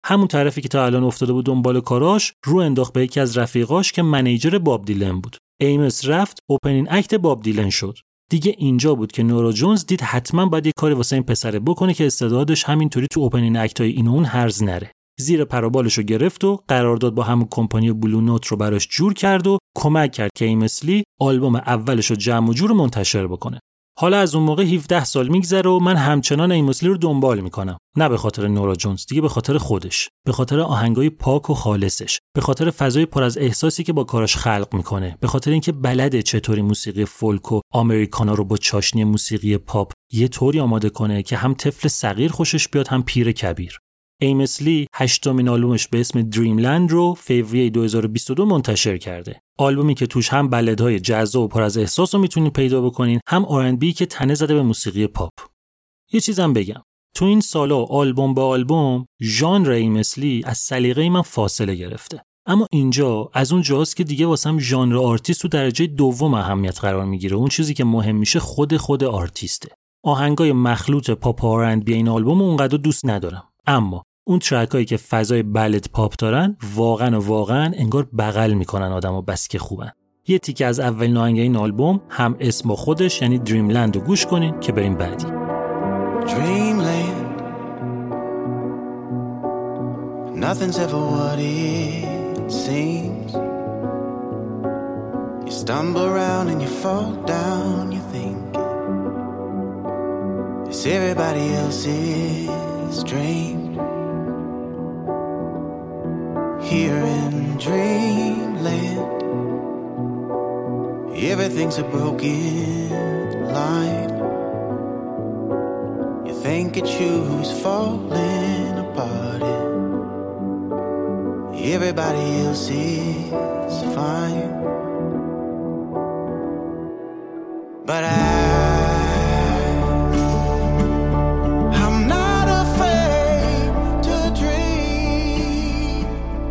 G: همون طرفی که تا الان افتاده بود دنبال کاراش رو انداخت به یکی از رفیقاش که منیجر باب دیلن بود. ایمس رفت اوپنینگ اکت باب دیلن شد. دیگه اینجا بود که نورا جونز دید حتما باید یه کاری واسه این پسره بکنه که استعدادش همینطوری تو اوپنینگ اکتای این اون هرز نره. زیر پروبالشو گرفت و قرارداد با همون کمپانی بلو نوت رو براش جور کرد و کمک کرد که ایمسلی آلبوم اولشو جمع و جور منتشر بکنه. حالا از اون موقع 17 سال میگذره و من همچنان ایمسلی رو دنبال میکنم. نه به خاطر نورا جونز، دیگه به خاطر خودش، به خاطر آهنگای پاک و خالصش، به خاطر فضای پر از احساسی که با کاراش خلق میکنه، به خاطر اینکه بلده چطوری موسیقی فولک و آمریکانا رو با چاشنی موسیقی پاپ یه طوری آماده کنه که هم طفل صغیر خوشش بیاد هم پیر کبیر. ایمسلی 8مین آلبومش به اسم دریملند رو فوریه 2022 منتشر کرده. آلبومی که توش هم بلدهای جذاب و پر از احساس رو میتونید پیدا بکنین، هم R&B که تنه زده به موسیقی پاپ. یه چیزم بگم، تو این سالا آلبوم با آلبوم ژانر ایمسلی از سلیقه من فاصله گرفته. اما اینجا از اون جاست که دیگه واسم ژانر آرتیست تو درجه دوم اهمیت قرار میگیره. اون چیزی که مهم میشه خود آرتیسته. آهنگای مخلوط پاپ و R&B این آلبوم اونقدر دوست ندارم، اما اون ترکایی که فضای بلد پاپ دارن واقعا انگار بغل میکنن آدمو، بس که خوبن. یه تیکه از اولین آهنگ این آلبوم هم اسم با خودش یعنی دریملند رو گوش کنین که بریم بعدی.
I: Dreamland, nothing's ever what it seems. You stumble around and you fall down, you think it's everybody else's dream. Here in dreamland, everything's a broken line. You think it's you who's falling apart, and everybody else is fine. But I'm not afraid to dream,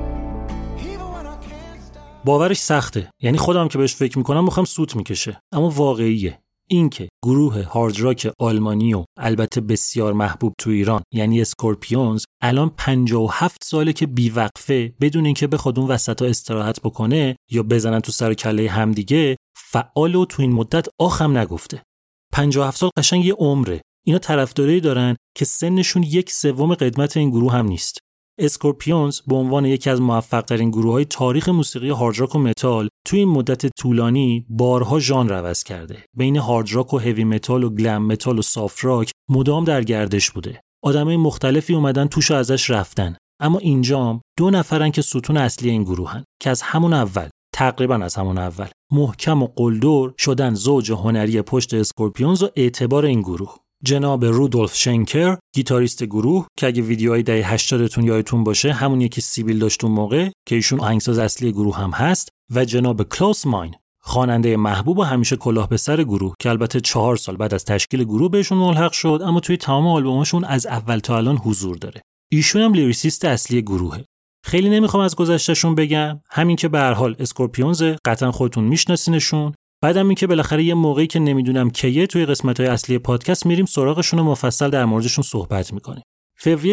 I: even when I can't stop.
G: باورش سخته، یعنی خودم که بهش فکر میکنم مخم سوت میکشه، اما واقعیه. این که گروه هارد راک آلمانی و البته بسیار محبوب تو ایران یعنی اسکورپیونز الان 57 ساله که بیوقفه بدون اینکه بخواد اون وسطا استراحت بکنه یا بزنن تو سر کله همدیگه فعال و تو این مدت آخم نگفته. 57 سال قشنگ یه عمره. اینا طرفدارایی دارن که سنشون 1/3 قدمت این گروه هم نیست. اسکورپیونز به عنوان یکی از موفق‌ترین گروه‌های تاریخ موسیقی هارد راک و متال توی این مدت طولانی بارها ژانر عوض کرده. بین هارد راک و هیوی متال و گلم متال و سافت راک مدام در گردش بوده. آدمای مختلفی اومدن توش ازش رفتن. اما اینجام 2 نفرن که ستون اصلی این گروهن که از همون اول، تقریبا از همون اول، محکم و قلدر شدن زوج هنری پشت اسکورپیونز و اعتبار این گروه. جناب رودولف شنکر، گیتاریست گروه که اگه ویدیوهای دهه 80 تون یادتون باشه همون یکی سیبیل داشت اون موقع که ایشون آهنگساز اصلی گروه هم هست، و جناب کلاوس ماین، خواننده محبوب و همیشه کلاه به سر گروه که البته 4 سال بعد از تشکیل گروه بهشون ملحق شد اما توی تمام آلبوماشون از اول تا الان حضور داره. ایشون هم لیریسیست اصلی گروهه. خیلی نمیخوام از گذشتهشون بگم، همین که به هر حال اسکورپیونز، قطعا خودتون میشناسینشون. بعدم این که بالاخره یه موقعی که نمیدونم کیه توی قسمت‌های اصلی پادکست میریم سراغشون و مفصل در موردشون صحبت میکنیم. فوریه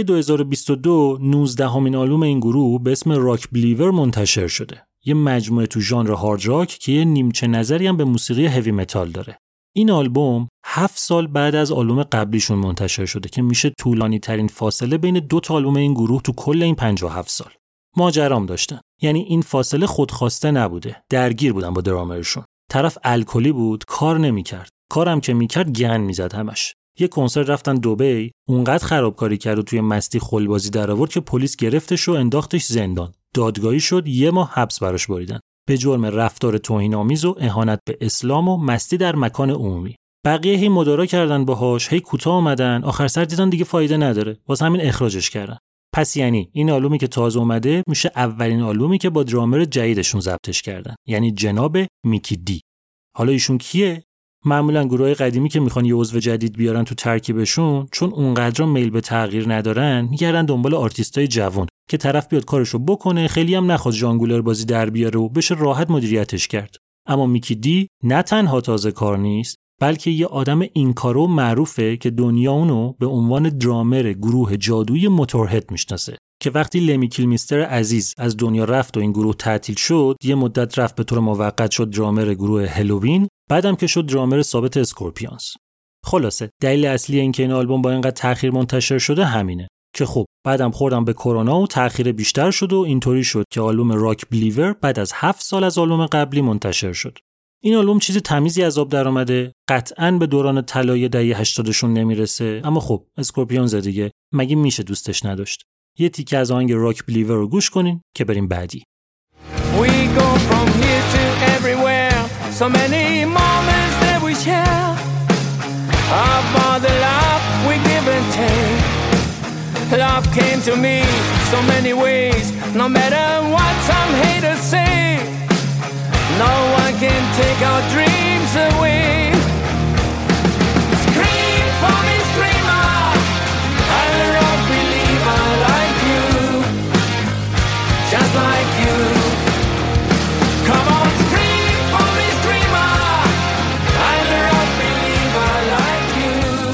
G: 2022 19مین آلبوم این گروه به اسم راک بلیور منتشر شده. یه مجموعه تو ژانر هارد راک که یه نیمچه نظری هم به موسیقی هیوی متال داره. این آلبوم 7 سال بعد از آلبوم قبلیشون منتشر شده که میشه طولانی ترین فاصله بین 2 تا آلبوم این گروه تو کل این 57 سال. ماجرام داشتن. یعنی این فاصله خودخواسته نبوده. درگیر بودن با درامرشون. طرف الکلی بود، کار نمی‌کرد. کارم که می‌کرد گن می‌زد همش. یه کنسرت رفتن دبی، اونقدر خرابکاری کرد و توی مستی خلبازی در آورد که پلیس گرفتش و انداختش زندان. دادگاهی شد، 1 ماه حبس براش بریدن به جرم رفتار توهین‌آمیز و اهانت به اسلام و مستی در مکان عمومی. بقیه هی مدارا کردن باهاش، هی کوتاه اومدن، آخر سر دیدن دیگه فایده نداره. واسه همین اخراجش کردن. پس یعنی این آلبومی که تازه اومده میشه اولین آلبومی که با درامر جدیدشون ضبطش کردن، یعنی جناب میکی دی. حالا ایشون کیه؟ معمولا گروهای قدیمی که میخوان یه عضو جدید بیارن تو ترکیبشون، چون اونقدر میل به تغییر ندارن، میگردن دنبال آرتیستای جوان که طرف بیاد کارشو بکنه، خیلی هم نخواد ژانگولر بازی در بیاره و بشه راحت مدیریتش کرد. اما میکی دی نه تنها تازه کار نیست، بلکه یه آدم این کارو معروفه که دنیا اونو به عنوان درامر گروه جادویی موتورهد میشناسه. که وقتی لمی کیلمیستر عزیز از دنیا رفت و این گروه تعطیل شد، یه مدت رفت به طور موقت شد درامر گروه هالووین، بعدم که شد درامر ثابت اسکورپیونز. خلاصه دلیل اصلی این که این آلبوم با اینقدر تأخیر منتشر شده همینه که خب بعدم خوردم به کرونا و تأخیر بیشتر شد و اینطوری شد که آلبوم راک بلیور بعد از 7 سال از آلبوم قبلی منتشر شد. این آلبوم چیز تمیزی از آب در اومده، قطعاً به دوران طلایی دهه 80 شون نمیرسه، اما خب اسکورپیونز دیگه، مگه میشه دوستش نداشت. یه تیکه از آهنگ راک بلیور رو گوش کنین که بریم بعدی.
J: We go from here to everywhere, so many moments that we share. About the love we give and take. Love came to me so many ways, no matter what some haters say. No one can take our dreams away. Scream for me, screamer. I don't believe I like you, just like you. Come on, scream for me, screamer. I don't believe I like you,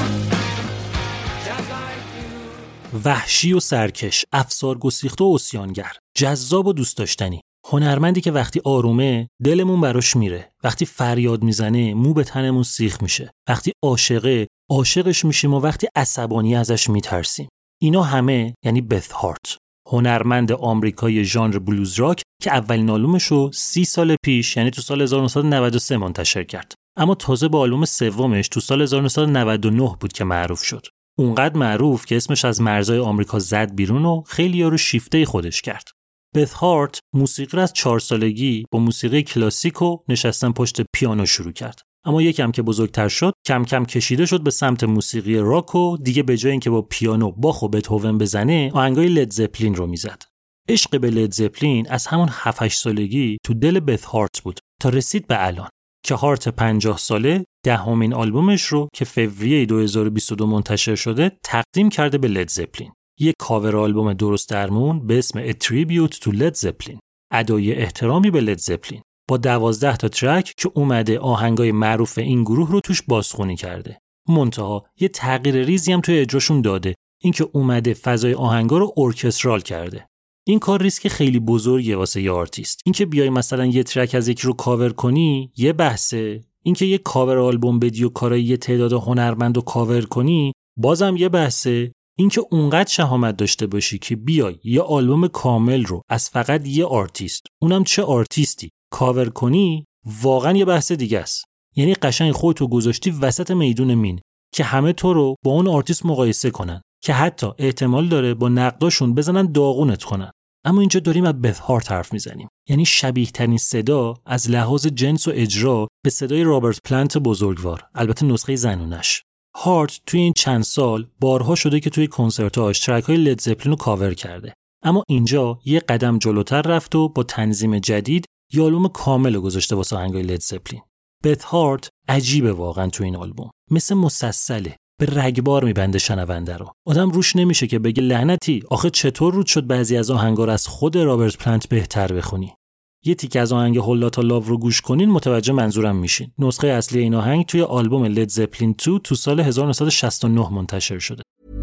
J: just like you.
G: وحشی و سرکش، افسار گسیخته و عصیانگر، جذاب و دوست داشتنی. هنرمندی که وقتی آرومه دلمون براش میره، وقتی فریاد میزنه مو به تنمون سیخ میشه، وقتی عاشقه عاشقش میشیم و وقتی عصبانی ازش میترسیم. اینا همه یعنی بث هارت، هنرمند آمریکایی ژانر بلوز راک که اولین آلبومش رو 30 سال پیش یعنی تو سال 1993 منتشر کرد، اما تازه با آلبوم سومش تو سال 1999 بود که معروف شد. اونقدر معروف که اسمش از مرزهای آمریکا زد بیرون و خیلی‌ها رو شیفته خودش کرد. بث هارت موسیقی را از 4 سالگی با موسیقی کلاسیک و نشستن پشت پیانو شروع کرد، اما یکم که بزرگتر شد کم کم کشیده شد به سمت موسیقی راک و دیگه به جای اینکه با پیانو باخ و بتهوون بزنه آهنگای لید زپلین رو میزد. عشق به لید زپلین از همون 7-8 سالگی تو دل بث هارت بود تا رسید به الان که هارت 50 ساله 10مین آلبومش رو که فوریه 2022 منتشر شده تقدیم کرده به لید زپلین. یک کاور آلبوم درست درمون به اسم A Tribute to Led Zeppelin، ادای احترامی به لید زپلین، با 12 تا ترک که اومده آهنگای معروف این گروه رو توش بازخوانی کرده. منتها یه تغییر ریزی هم توی اجراشون داده، اینکه اومده فضای آهنگا رو ارکسترال کرده. این کار ریسک خیلی بزرگیه واسه یه آرتیست. اینکه بیای مثلا یه ترک از یکی رو کاور کنی یه بحثه، اینکه یه کاور آلبوم بدی و کارای یه تعداد هنرمندو کاور کنی بازم یه بحثه، اینکه اونقدر شهامت داشته باشی که بیای یه آلبوم کامل رو از فقط یه آرتیست، اونم چه آرتیستی، کاور کنی واقعا یه بحث دیگه است. یعنی قشنگ خودتو گذاشتی وسط میدون مین که همه تو رو با اون آرتیست مقایسه کنن که حتی احتمال داره با نقداشون بزنن داغونت کنن. اما اینجا داریم از بث هارت حرف میزنیم، یعنی شبیه ترین صدا از لحاظ جنس و اجرا به صدای رابرت پلنت بزرگوار، البته نسخه زنونش. هارت توی این چند سال بارها شده که توی کنسرتاش ترک‌های لید زپلین رو کاور کرده، اما اینجا یه قدم جلوتر رفت و با تنظیم جدید یه آلبوم کامل گذاشته واسه آهنگای لید زپلین. بث هارت عجیبه واقعا تو این آلبوم، مثل مسلسله، به رگبار میبنده شنونده رو. آدم روش نمیشه که بگه لعنتی آخه چطور رود شد بعضی از آهنگا رو از خود رابرت پلنت بهتر بخونی. یه تیکه از آهنگ هولاتا لاو رو گوش کنین متوجه منظورم میشین. نسخه اصلی این آهنگ توی آلبوم لید زپلین 2 تو سال 1969 منتشر شده.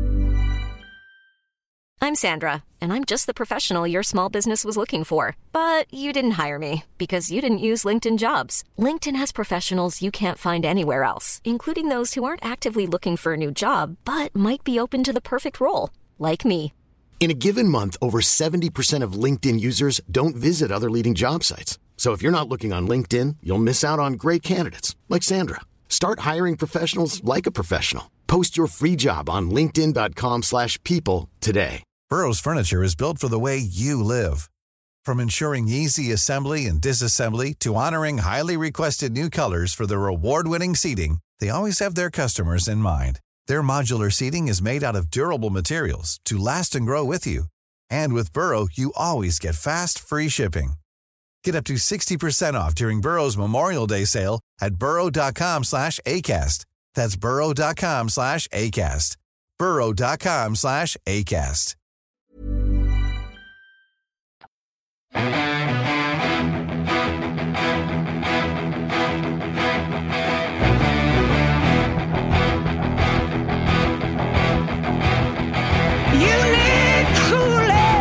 A: I'm Sandra, and I'm just the professional your small business was looking for. But you didn't hire me because you didn't use LinkedIn Jobs. LinkedIn has professionals you can't find anywhere else, including those who aren't actively looking for a new job, but might be open to the perfect role, like me.
B: In a given month, over 70% of LinkedIn users don't visit other leading job sites. So if you're not looking on LinkedIn, you'll miss out on great candidates like Sandra. Start hiring professionals like a professional. Post your free job on linkedin.com/people today.
K: Burrow's furniture is built for the way you live. From ensuring easy assembly and disassembly to honoring highly requested new colors for their award-winning seating, they always have their customers in mind. Their modular seating is made out of durable materials to last and grow with you. And with Burrow, you always get fast, free shipping. Get up to 60% off during Burrow's Memorial Day sale at burrow.com/ACAST. That's burrow.com/ACAST. burrow.com/ACAST.
J: You need Kool-Aid.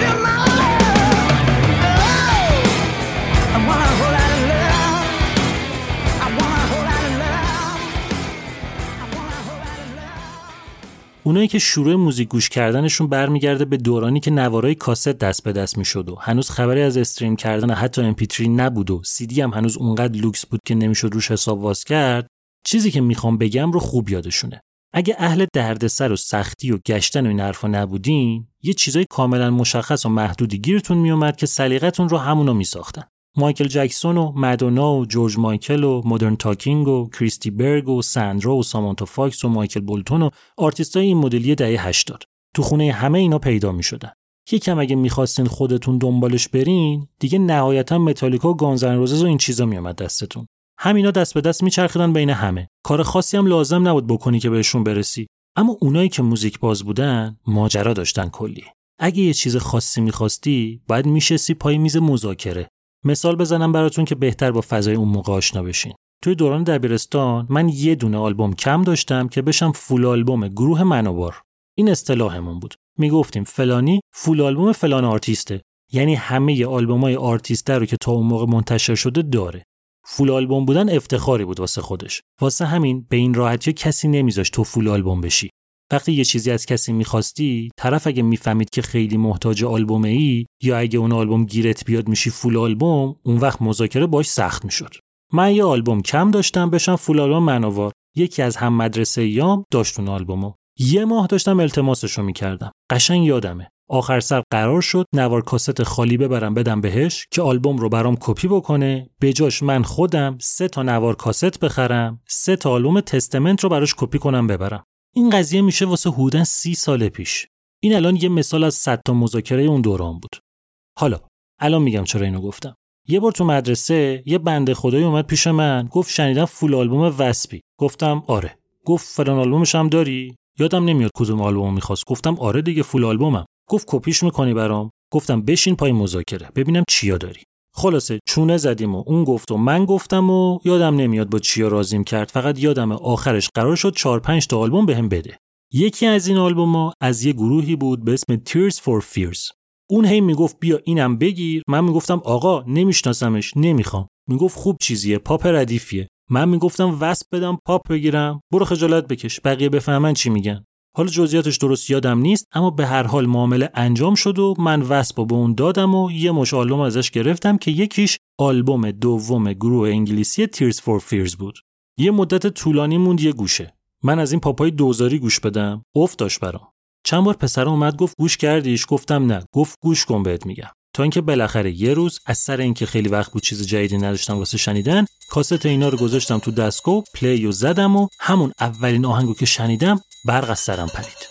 G: اونایی که شروع موزیک گوش کردنشون برمیگرده به دورانی که نوارای کاست دست به دست میشد و هنوز خبری از استریم کردن حتی MP3 نبود و CD هم هنوز اونقدر لوکس بود که نمیشد روش حساب واس کرد، چیزی که میخوام بگم رو خوب یادشونه. اگه اهل دردسر و سختی و گشتن و این حرفا نبودین، یه چیزای کاملا مشخص و محدودی گیرتون میومد که سلیقتون رو همونا میساختن. مایکل جکسون و مادونا و جورج مایکل و مدرن تاکینگ و کریستی برگ و ساندرا و سامانتا فاکس و مایکل بولتون و آرتیستای این مدلی دهه 80 تو خونه همه اینا پیدا میشدن. یکم اگه میخواستین خودتون دنبالش برین، دیگه نهایتا متالیکا و گانز ان روزز و این چیزا میومد دستتون. همینا دست به دست میچرخیدن بین همه. کار خاصی هم لازم نبود بکنی که بهشون برسی. اما اونایی که موزیک باز بودن، ماجرا داشتن کلی. اگه یه چیز خاصی میخواستی، باید میشستی پای میز مذاکره. مثال بزنم براتون که بهتر با فضای اون موقع آشنا بشین. توی دوران دبیرستان من یه دونه آلبوم کم داشتم که بشم فول آلبوم گروه منوبار. این اصطلاحمون بود. میگفتیم فلانی فول آلبوم فلان آرتیسته. یعنی همه آلبومای آرتیست رو که تا اون موقع منتشر شده داره. فول آلبوم بودن افتخاری بود واسه خودش. واسه همین به این راحتی کسی نمیذاشت تو فول آلبوم بشی. وقتی یه چیزی از کسی می‌خواستی، طرف اگه میفهمید که خیلی محتاج آلبومه‌ای یا اگه اون آلبوم گیرت بیاد میشی فول آلبوم، اون وقت مذاکره باش سخت میشد. من یه آلبوم کم داشتم بشم فول آلبوم منوار. یکی از هم مدرسه‌ایام داشت اون آلبومو. یه ماه داشتم التماسشو می‌کردم. قشنگ یادمه. آخر سر قرار شد نوار کاست خالی ببرم بدم بهش که آلبوم رو برام کپی بکنه، به جاش من خودم 3 تا نوار کاست بخرم، 3 تا آلبوم تستمنت رو براش کپی کنم ببرم. این قضیه میشه واسه حدوداً 30 سال پیش. این الان یه مثال از 100 تا مذاکره اون دوران بود. حالا الان میگم چرا اینو گفتم. یه بار تو مدرسه یه بنده خدایی اومد پیش من، گفت شنیدم فول آلبوم وسپی. گفتم آره. گفت فلان آلبومش هم داری؟ یادم نمیاد کدوم آلبوم می‌خواست. گفتم آره دیگه فول آلبومم. گفت کپیش می‌کنی برام؟ گفتم بشین پای مذاکره ببینم چیا داری. خلاصه چونه زدیم و اون گفت و من گفتم و یادم نمیاد با چیا رازیم کرد. فقط یادمه آخرش قرار شد 4-5 تا آلبوم بهم بده. یکی از این آلبوم‌ها از یه گروهی بود به اسم Tears for Fears. اون هی میگفت بیا اینم بگیر. من میگفتم آقا نمیشناسمش، نمیخوام. میگفت خوب چیزیه، پاپ ردیفیه. من میگفتم واسپ بدم پاپ بگیرم. برو خجالت بکش، بقیه بفهمن چی میگن. حالا جزئیاتش درست یادم نیست، اما به هر حال معامله انجام شد و من واسپو به اون دادم و یه مش آلبوم ازش گرفتم که یکیش آلبوم دوم گروه انگلیسی Tears for Fears بود. یه مدت طولانی موند یه گوشه. من از این پاپای دوزاری گوش بدم، افت داشت برام. چند بار پسر اومد گفت گوش کردیش؟ گفتم نه. گفت گوش کن بهت میگم. تا اینکه بالاخره یه روز از سر اینکه خیلی وقت بود چیز جدیدی نداشتم واسه شنیدن، کاست اینا رو گذاشتم تو دستگاه، پلی رو زدم و همون اولین آهنگو که شنیدم برق از سرم پرید.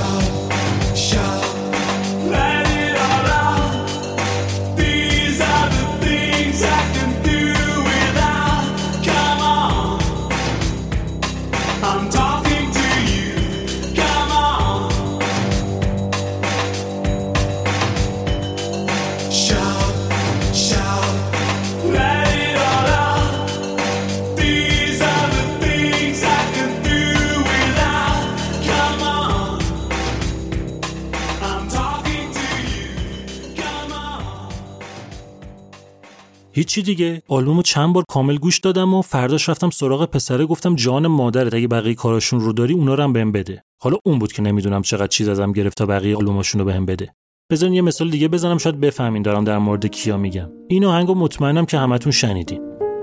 G: هیچی دیگه. آلبومو چند بار کامل گوش دادم و فرداش رفتم سراغ پسره، گفتم جان مادرت اگه بقیه کاراشون رو داری اونا رو هم بهم بده. حالا اون بود که نمیدونم چقدر چیز ازم گرفت تا بقیه آلبوماشون رو بهم بده. بذارین یه مثال دیگه بزنم شاید بفهمین دارم در مورد کیا میگم. این آهنگو مطمئنم که همتون شنیدین.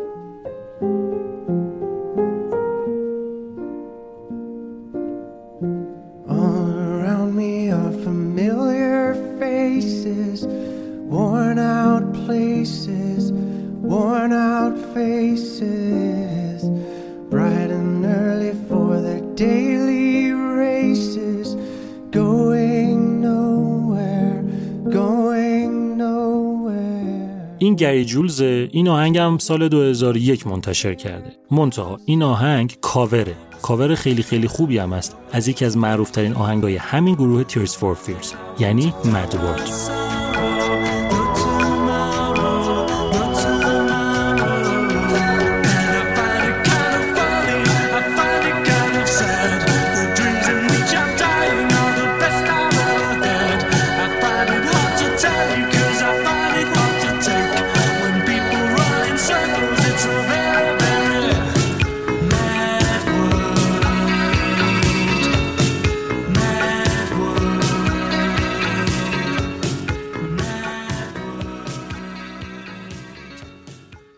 I: Worn out faces, bright and early for their daily races, going nowhere, going nowhere.
G: این گری جولز. این آهنگ هم سال 2001 منتشر کرده. منتها این آهنگ کاور خیلی خیلی خوبی هم است از یکی از معروف ترین آهنگای همین گروه Tears for Fears، یعنی Mad World.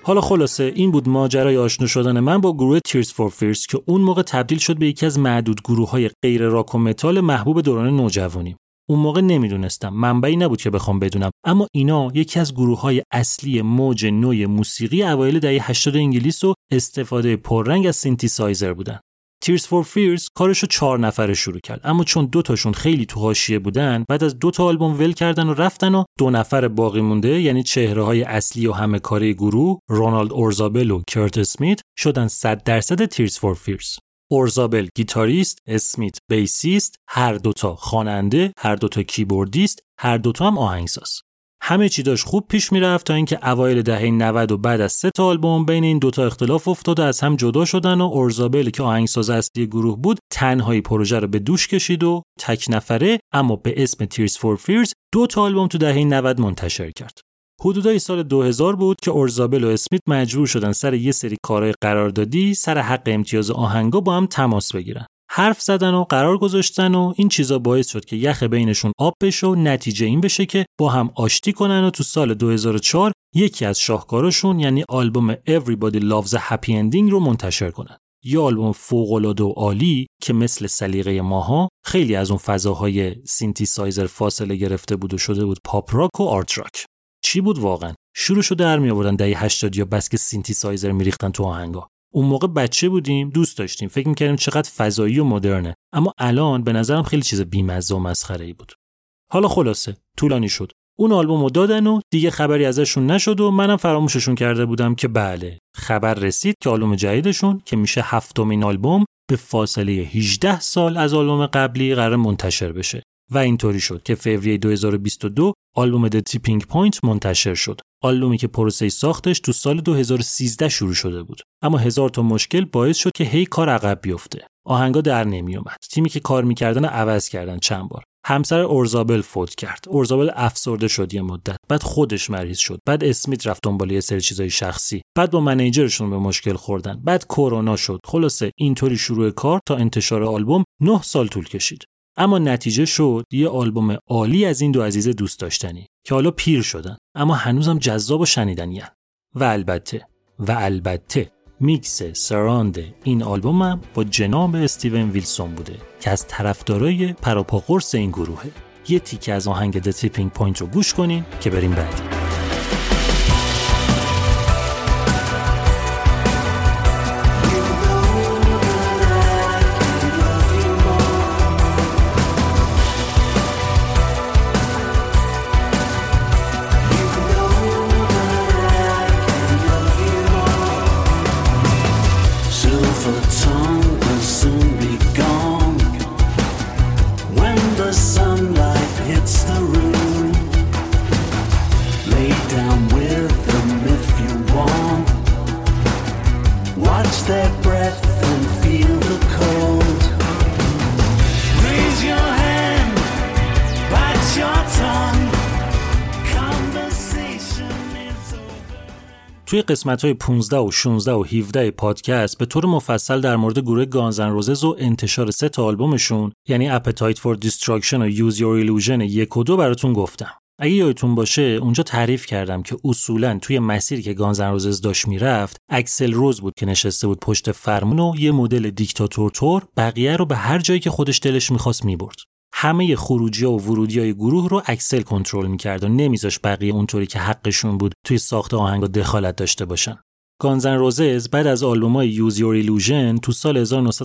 G: حالا خلاصه این بود ماجرای آشنا شدن من با گروه Tears for Fears که اون موقع تبدیل شد به یکی از معدود گروه‌های غیر راک و متال محبوب دوران نوجوانی. اون موقع نمیدونستم، منبعی نبود که بخوام بدونم، اما اینا یکی از گروه‌های اصلی موج نو موسیقی اوایل دهه 80 انگلیس و استفاده پررنگ از سینتیسایزر بودن. Tears for Fears کارشو 4 نفره شروع کرد، اما چون 2 تاشون خیلی تو حاشیه بودن، بعد از 2 تا آلبوم ول کردن و رفتن و 2 نفر باقی مونده، یعنی چهره‌های اصلی و همه کاره گروه، رونالد اورزابل و کرت اسمیت، شدن 100% Tears for Fears. اورزابل گیتاریست، اسمیت بیسیست، هر 2 تا خواننده، هر 2 تا کیبوردیست، هر 2 تا هم آهنگساز. همه چی داشت خوب پیش میرفت تا اینکه اوایل دهه 90 و بعد از 3 تا آلبوم بین این 2 تا اختلاف افتاد و از هم جدا شدن و اورزابل که آهنگساز اصلی گروه بود تنهایی پروژه رو به دوش کشید و تک نفره اما به اسم Tears for Fears 2 تا آلبوم تو دهه 90 منتشر کرد. حدودای سال 2000 بود که اورزابل و اسمیت مجبور شدن سر یه سری کارهای قراردادی سر حق امتیاز آهنگا با هم تماس بگیرن. حرف زدن و قرار گذاشتن و این چیزا باعث شد که یخ بینشون آب بشه و نتیجه این بشه که با هم آشتی کنن و تو سال 2004 یکی از شاهکاراشون یعنی آلبوم Everybody Loves a Happy Ending رو منتشر کنن. یه آلبوم فوق‌العاده و عالی که مثل سلیقه ماها خیلی از اون فضاهای سینتیسایزر فاصله گرفته بود و شده بود پاپ راک و آرت راک. چی بود واقعا؟ شروعشو در می آوردن دهه 80 یا بس که سینتیسایزر میریختن تو آهنگا. اون موقع بچه بودیم، دوست داشتیم، فکر می‌کردیم چقدر فضایی و مدرنه، اما الان به نظرم خیلی چیز بی‌مزه و مسخره‌ای بود. حالا خلاصه طولانی شد. اون آلبومو دادن و دیگه خبری ازشون نشد و منم فراموششون کرده بودم که بله، خبر رسید که آلبوم جدیدشون که میشه 7مین آلبوم به فاصله 18 سال از آلبوم قبلی قرار منتشر بشه. و اینطوری شد که فوریه 2022 آلبوم The Tipping Point منتشر شد. آلبومی که پروسه ساختش تو سال 2013 شروع شده بود. اما 1000 تا مشکل باعث شد که هی کار عقب بیفته. آهنگا در نمی اومد. تیمی که کار می‌کردن عوض کردن چند بار. همسر اورزابل فوت کرد. اورزابل افسرده شد یه مدت. بعد خودش مریض شد. بعد اسمیت رفت دنبال یه سری چیزای شخصی. بعد با منیجرشون به مشکل خوردن. بعد کرونا شد. خلاصه اینطوری شروع کار تا انتشار آلبوم 9 سال طول کشید. اما نتیجه شد یه آلبوم عالی از این 2 عزیز دوست داشتنی که حالا پیر شدن اما هنوزم جذاب و شنیدنی‌ان. و البته میکس سراند این آلبومم با جناب استیون ویلسون بوده که از طرفدارای پروپاقرص این گروهه. یه تیکه از آهنگ The Tipping Point رو گوش کنین که بریم بعدی. توی قسمت‌های 15 و 16 و 17 پادکست به طور مفصل در مورد گروه گانز اند روزز و انتشار 3 تا آلبومشون یعنی Appetite for Destruction و Use Your Illusion 1 و 2 براتون گفتم. اگه یادتون باشه اونجا تعریف کردم که اصولاً توی مسیری که گانز اند روزز داشت میرفت اکسل روز بود که نشسته بود پشت فرمون و یه مدل دیکتاتور طور بقیه رو به هر جایی که خودش دلش می‌خواست می‌برد. همه خروجی‌ها و ورودی‌های گروه رو اکسل کنترل می‌کرد و نمیذاش بقیه اونطوری که حقشون بود توی ساخت آهنگا دخالت داشته باشن. گانز اند روزز بعد از آلبومای Use Your Illusion تو سال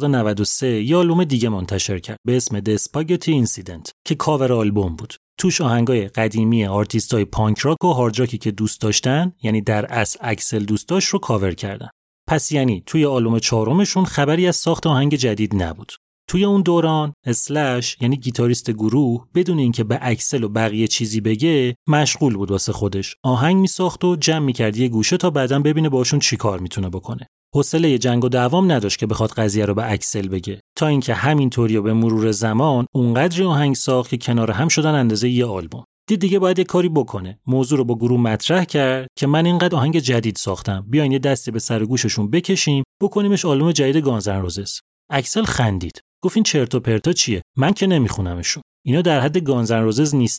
G: 1993 یه آلبوم دیگه منتشر کرد به اسم The Spaghetti Incident که کاور آلبوم بود. توش آهنگای قدیمی آرتیستای پانک راک و هارد راکی که دوست داشتن یعنی در اصل اکسل دوست داشت رو کاور کردن. پس یعنی توی آلبوم 4مشون خبری از ساخت آهنگ جدید نبود. توی اون دوران اسلش یعنی گیتاریست گروه بدون اینکه به اکسل و بقیه چیزی بگه مشغول بود واسه خودش آهنگ میساخت و جمع میکرد یه گوشه تا بعداً ببینه باشون چی کار میتونه بکنه. حوصله جنگ و دعوام نداشت که بخواد قضیه رو به اکسل بگه تا اینکه همینطوری و به مرور زمان اونقدر آهنگ ساخت که کنار هم شدن اندازه یه آلبوم. دید دیگه باید یه کاری بکنه. موضوع رو با گروه مطرح کرد که من اینقدر آهنگ جدید ساختم بیاین یه دستی به سر گوششون بکشیم بکنیمش آلبوم جدید گانز اند روزز. اکسل خندید. گفت این چرت و پرتا چیه؟ من که نمیخونمشون. اینا در حد گانز اند روزز نیستن.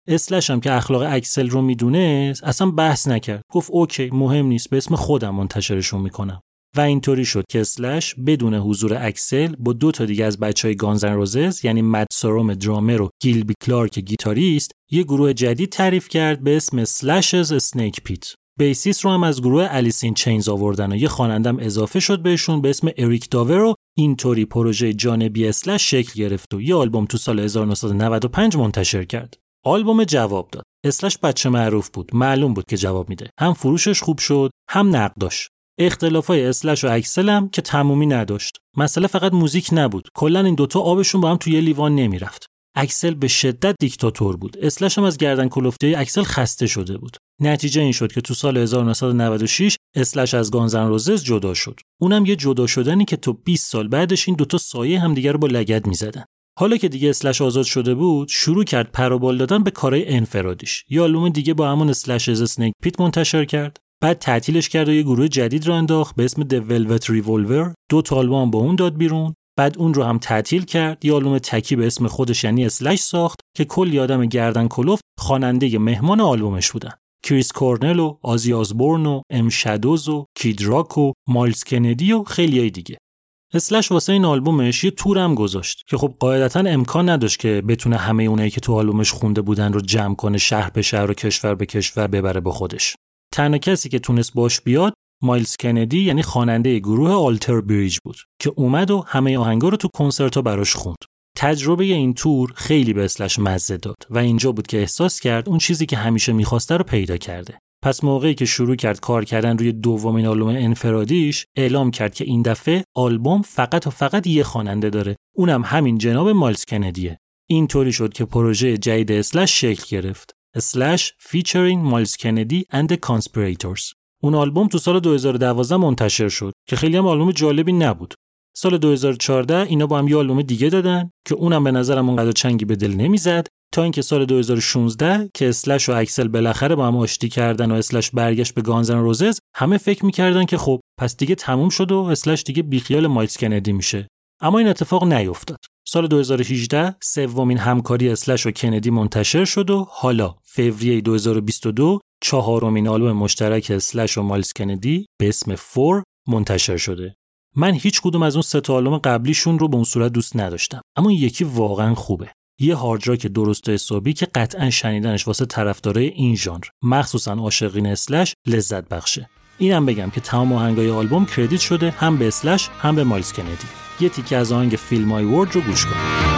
G: اسلش هم که اخلاق اکسل رو میدونه اصلا بحث نکرد، گفت اوکی مهم نیست، به اسم خودم منتشرشون میکنم. و اینطوری شد که اسلش بدون حضور اکسل با 2 تا دیگه از بچهای گانز ان روزز یعنی مد ساروم درامر و گیلبی کلارک گیتاریست یه گروه جدید تعریف کرد به اسم اسلشز اسنیک پیت. بیسیس رو هم از گروه الیس این چینز آوردن و یه خوانندم اضافه شد بهشون به اسم اریک داور و اینطوری پروژه جانبی اسلش شکل گرفت و یه آلبوم تو سال 1995 منتشر کرد. آلبوم جواب داد. اسلش بچه معروف بود، معلوم بود که جواب میده. هم فروشش خوب شد، هم نقداش. اختلافای اسلش و اکسل هم که تمومی نداشت. مسئله فقط موزیک نبود. کلا این دوتا آبشون با هم توی لیوان نمیرفت. اکسل به شدت دیکتاتور بود. اسلش هم از گردن کلفتی اکسل خسته شده بود. نتیجه این شد که تو سال 1996 اسلش از گانز ان روزز جدا شد. اونم یه جدا شدنی که تو 20 سال بعدش این دوتا سایه هم دیگه رو با لگد می‌زدن. حالا که دیگه اسلش آزاد شده بود، شروع کرد پر و بال دادن به کارهای انفرادیش. یه آلبوم دیگه با همون اسلشز اسنیک پیت منتشر کرد. بعد تعطیلش کرد و یه گروه جدید رو انداخت به اسم The Velvet Revolver. 2 تا آلبوم با اون داد بیرون. بعد اون رو هم تعطیل کرد. یه آلبوم تکی به اسم خودش یعنی اسلش ساخت که کلی آدم گردن کلفت خواننده مهمان آلبومش بودن. کریس کورنل و آزی آزبورن و ام شادوز و کید راک و مایلز کندی و خیلیای دیگه. اسلش واسه این آلبومش یه تور هم گذاشت که خب قاعدتاً امکان نداشت که بتونه همه اونایی که تو آلبومش خونده بودن رو جمع کنه، شهر به شهر و کشور به کشور ببره با خودش. تنها کسی که تونست باش بیاد مایلز کندی یعنی خواننده گروه آلتر بریج بود که اومد و همه آهنگا رو تو کنسرت‌ها براش خوند. تجربه این تور خیلی به اسلش مزه داد و اینجا بود که احساس کرد اون چیزی که همیشه می‌خواسته رو پیدا کرده. پس موقعی که شروع کرد کار کردن روی دومین آلبوم انفرادیش، اعلام کرد که این دفعه آلبوم فقط و فقط یه خواننده داره، اونم همین جناب مایلز کندیه. اینطوری شد که پروژه جدید اسلش شکل گرفت. اسلش featuring Miles Kennedy and the Conspirators. اون آلبوم تو سال 2012 منتشر شد که خیلی هم آلبوم جالبی نبود. سال 2014 اینا با هم یه آلبوم دیگه دادن که اونم به نظرم اونقدر چنگی به دل نمیزد، تا اینکه سال 2016 که اسلش و اکسل بالاخره با هم آشتی کردن و اسلش برگشت به گانز ان روزز، همه فکر می‌کردن که خب پس دیگه تموم شد و اسلش دیگه بیخیال مایلز کندی میشه. اما این اتفاق نیفتاد. سال 2018 سومین همکاری اسلش و کندی منتشر شد و حالا فوریه 2022 4مین آلبوم مشترک اسلش و مایلز کندی به اسم 4 منتشر شده. من هیچ کدوم از اون 3 تا آلبوم قبلیشون رو به اون صورت دوست نداشتم، اما این یکی واقعا خوبه. یه هارد راک درست و حسابی که قطعاً شنیدنش واسه طرفدارای این ژانر، مخصوصاً عاشقین اسلش، لذت بخشه. اینم بگم که تمام آهنگای آلبوم کردیت شده هم به اسلش هم به مایلز کندی. یه تیکه از آهنگ فیل مای ورد رو گوش کنید.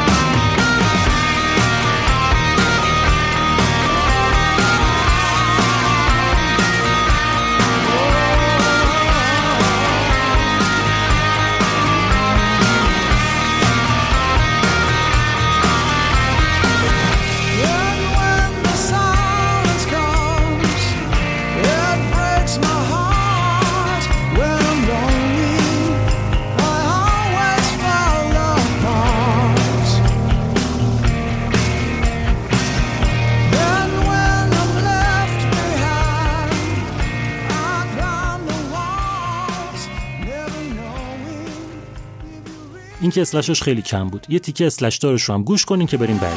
G: این که اسلشش خیلی کم بود. یه تیکه اسلش دارش رو هم گوش کنین که بریم بعدی.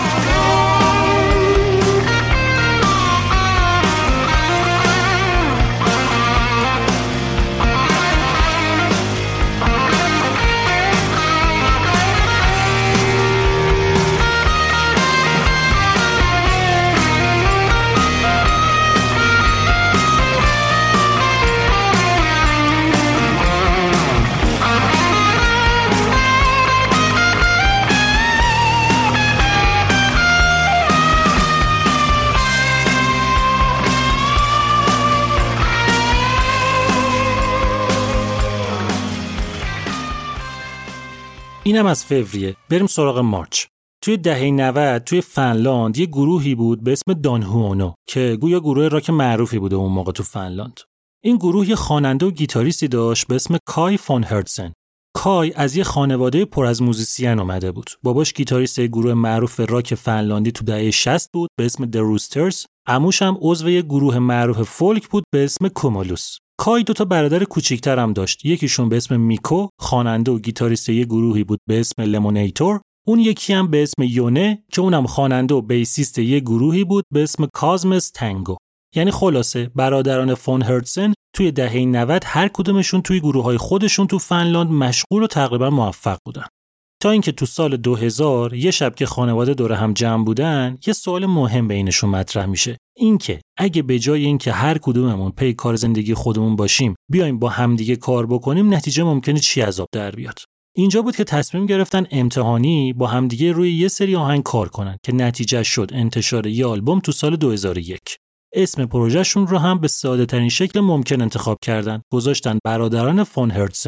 G: اینم از فوریه. بریم سراغ مارچ. توی دهه 90 توی فنلاند یه گروهی بود به اسم دان هوانو که گویا گروه راک معروفی بوده اون موقع تو فنلاند. این گروه یه خواننده و گیتاریستی داشت به اسم کای فون هرتسن. کای از یه خانواده پر از موزیسین اومده بود. باباش گیتاریست گروه معروف راک فنلاندی تو دهه 60 بود به اسم The Roosters. عموش هم عضو یه گروه معروف فولک بود به اسم کومولوس. کای 2 تا برادر کوچیک‌تر هم داشت. یکیشون به اسم میکو خواننده و گیتاریست یه گروهی بود به اسم لمونیتور اون یکی هم به اسم یونه که اونم خواننده و بیسیست یه گروهی بود به اسم کازمس تانگو. یعنی خلاصه برادران فون هرتزن توی دهه 90 هر کدومشون توی گروه‌های خودشون تو فنلاند مشغول و تقریبا موفق بودن. تا اینکه تو سال 2000 یه شب که خانواده دور هم جمع بودن، یه سوال مهم بینشون مطرح میشه. اینکه اگه به جای اینکه هر کدوممون پی کار زندگی خودمون باشیم، بیایم با همدیگه کار بکنیم، نتیجه ممکنه چی از آب در بیاد. اینجا بود که تصمیم گرفتن امتحانی با همدیگه روی یه سری آهنگ کار کنن که نتیجه شد انتشار یه آلبوم تو سال 2001. اسم پروژهشون رو هم به ساده ترین شکل ممکن انتخاب کردن. گذاشتن برادران فون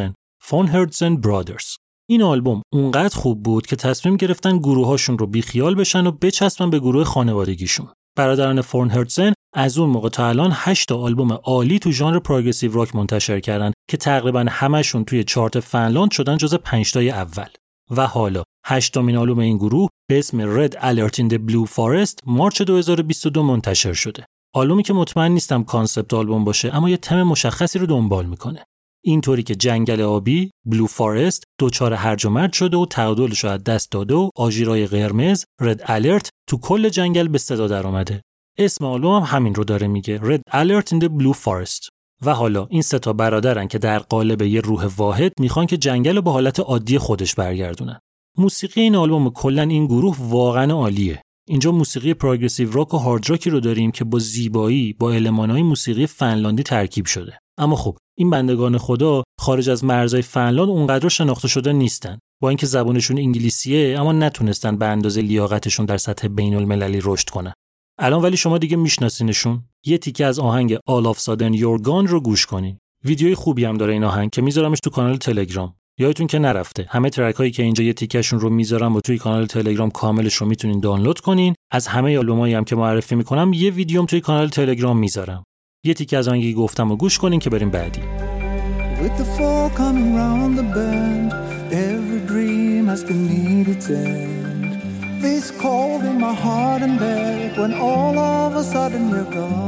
G: هرتزن برادرز. این آلبوم اونقدر خوب بود که تصمیم گرفتن گروهاشون رو بیخیال بشن و بچسبن به گروه خانوادگیشون. برادران فون هرتزن از اون موقع تا الان 8 تا آلبوم عالی تو ژانر پروگرسیو راک منتشر کردن که تقریبا همشون توی چارت فنلاند شدن جز 5 تای اول. و حالا 8مین آلبوم این گروه به اسم Red Alert in the Blue Forest مارچ 2022 منتشر شده. آلبومی که مطمئن نیستم کانسپت آلبوم باشه، اما یه تم مشخصی رو دنبال میکنه. اینطوری که جنگل آبی بلو فارست دوچار هرج و مرج شده و تعادلش رو از دست داده و آژیرای قرمز رد الرت تو کل جنگل به صدا در اومده. اسم آلبوم هم همین رو داره میگه، Red Alert in the Blue Forest. و حالا این 3 تا برادرن که در قالب یه روح واحد میخوان که جنگل رو به حالت عادی خودش برگردونن. موسیقی این آلبوم و کلا این گروه واقعا عالیه. اینجا موسیقی پروگرسیو راک و هارد راکی رو داریم که با زیبایی با المان‌های موسیقی فنلاندی ترکیب شده. اما خب این بندگان خدا خارج از مرزهای فنلاند اونقدر شناخته شده نیستن. با اینکه زبانشون انگلیسیه اما نتونستن به اندازه لیاقتشون در سطح بین‌المللی رشد کنن. الان ولی شما دیگه میشناسینشون. یه تیکه از آهنگ All of Sudden You're Gone رو گوش کنین. ویدیوی خوبی هم داره این آهنگ که میذارمش تو کانال تلگرام. یادتون که نرفته. همه ترک هایی که اینجا یه تیکهشون رو میذارم و توی کانال تلگرام کاملش رو میتونین دانلود کنین. از همه آلبومایی هم که معرفی میکنم یه ویدیوم توی کانال تلگرام میذارم. یه تیکه از آهنگی گفتم و گوش کنین که بریم بعدی.
I: With the fall coming round the bend, every dream has to meet its end. This cold in my heart and bed, when all of a sudden you're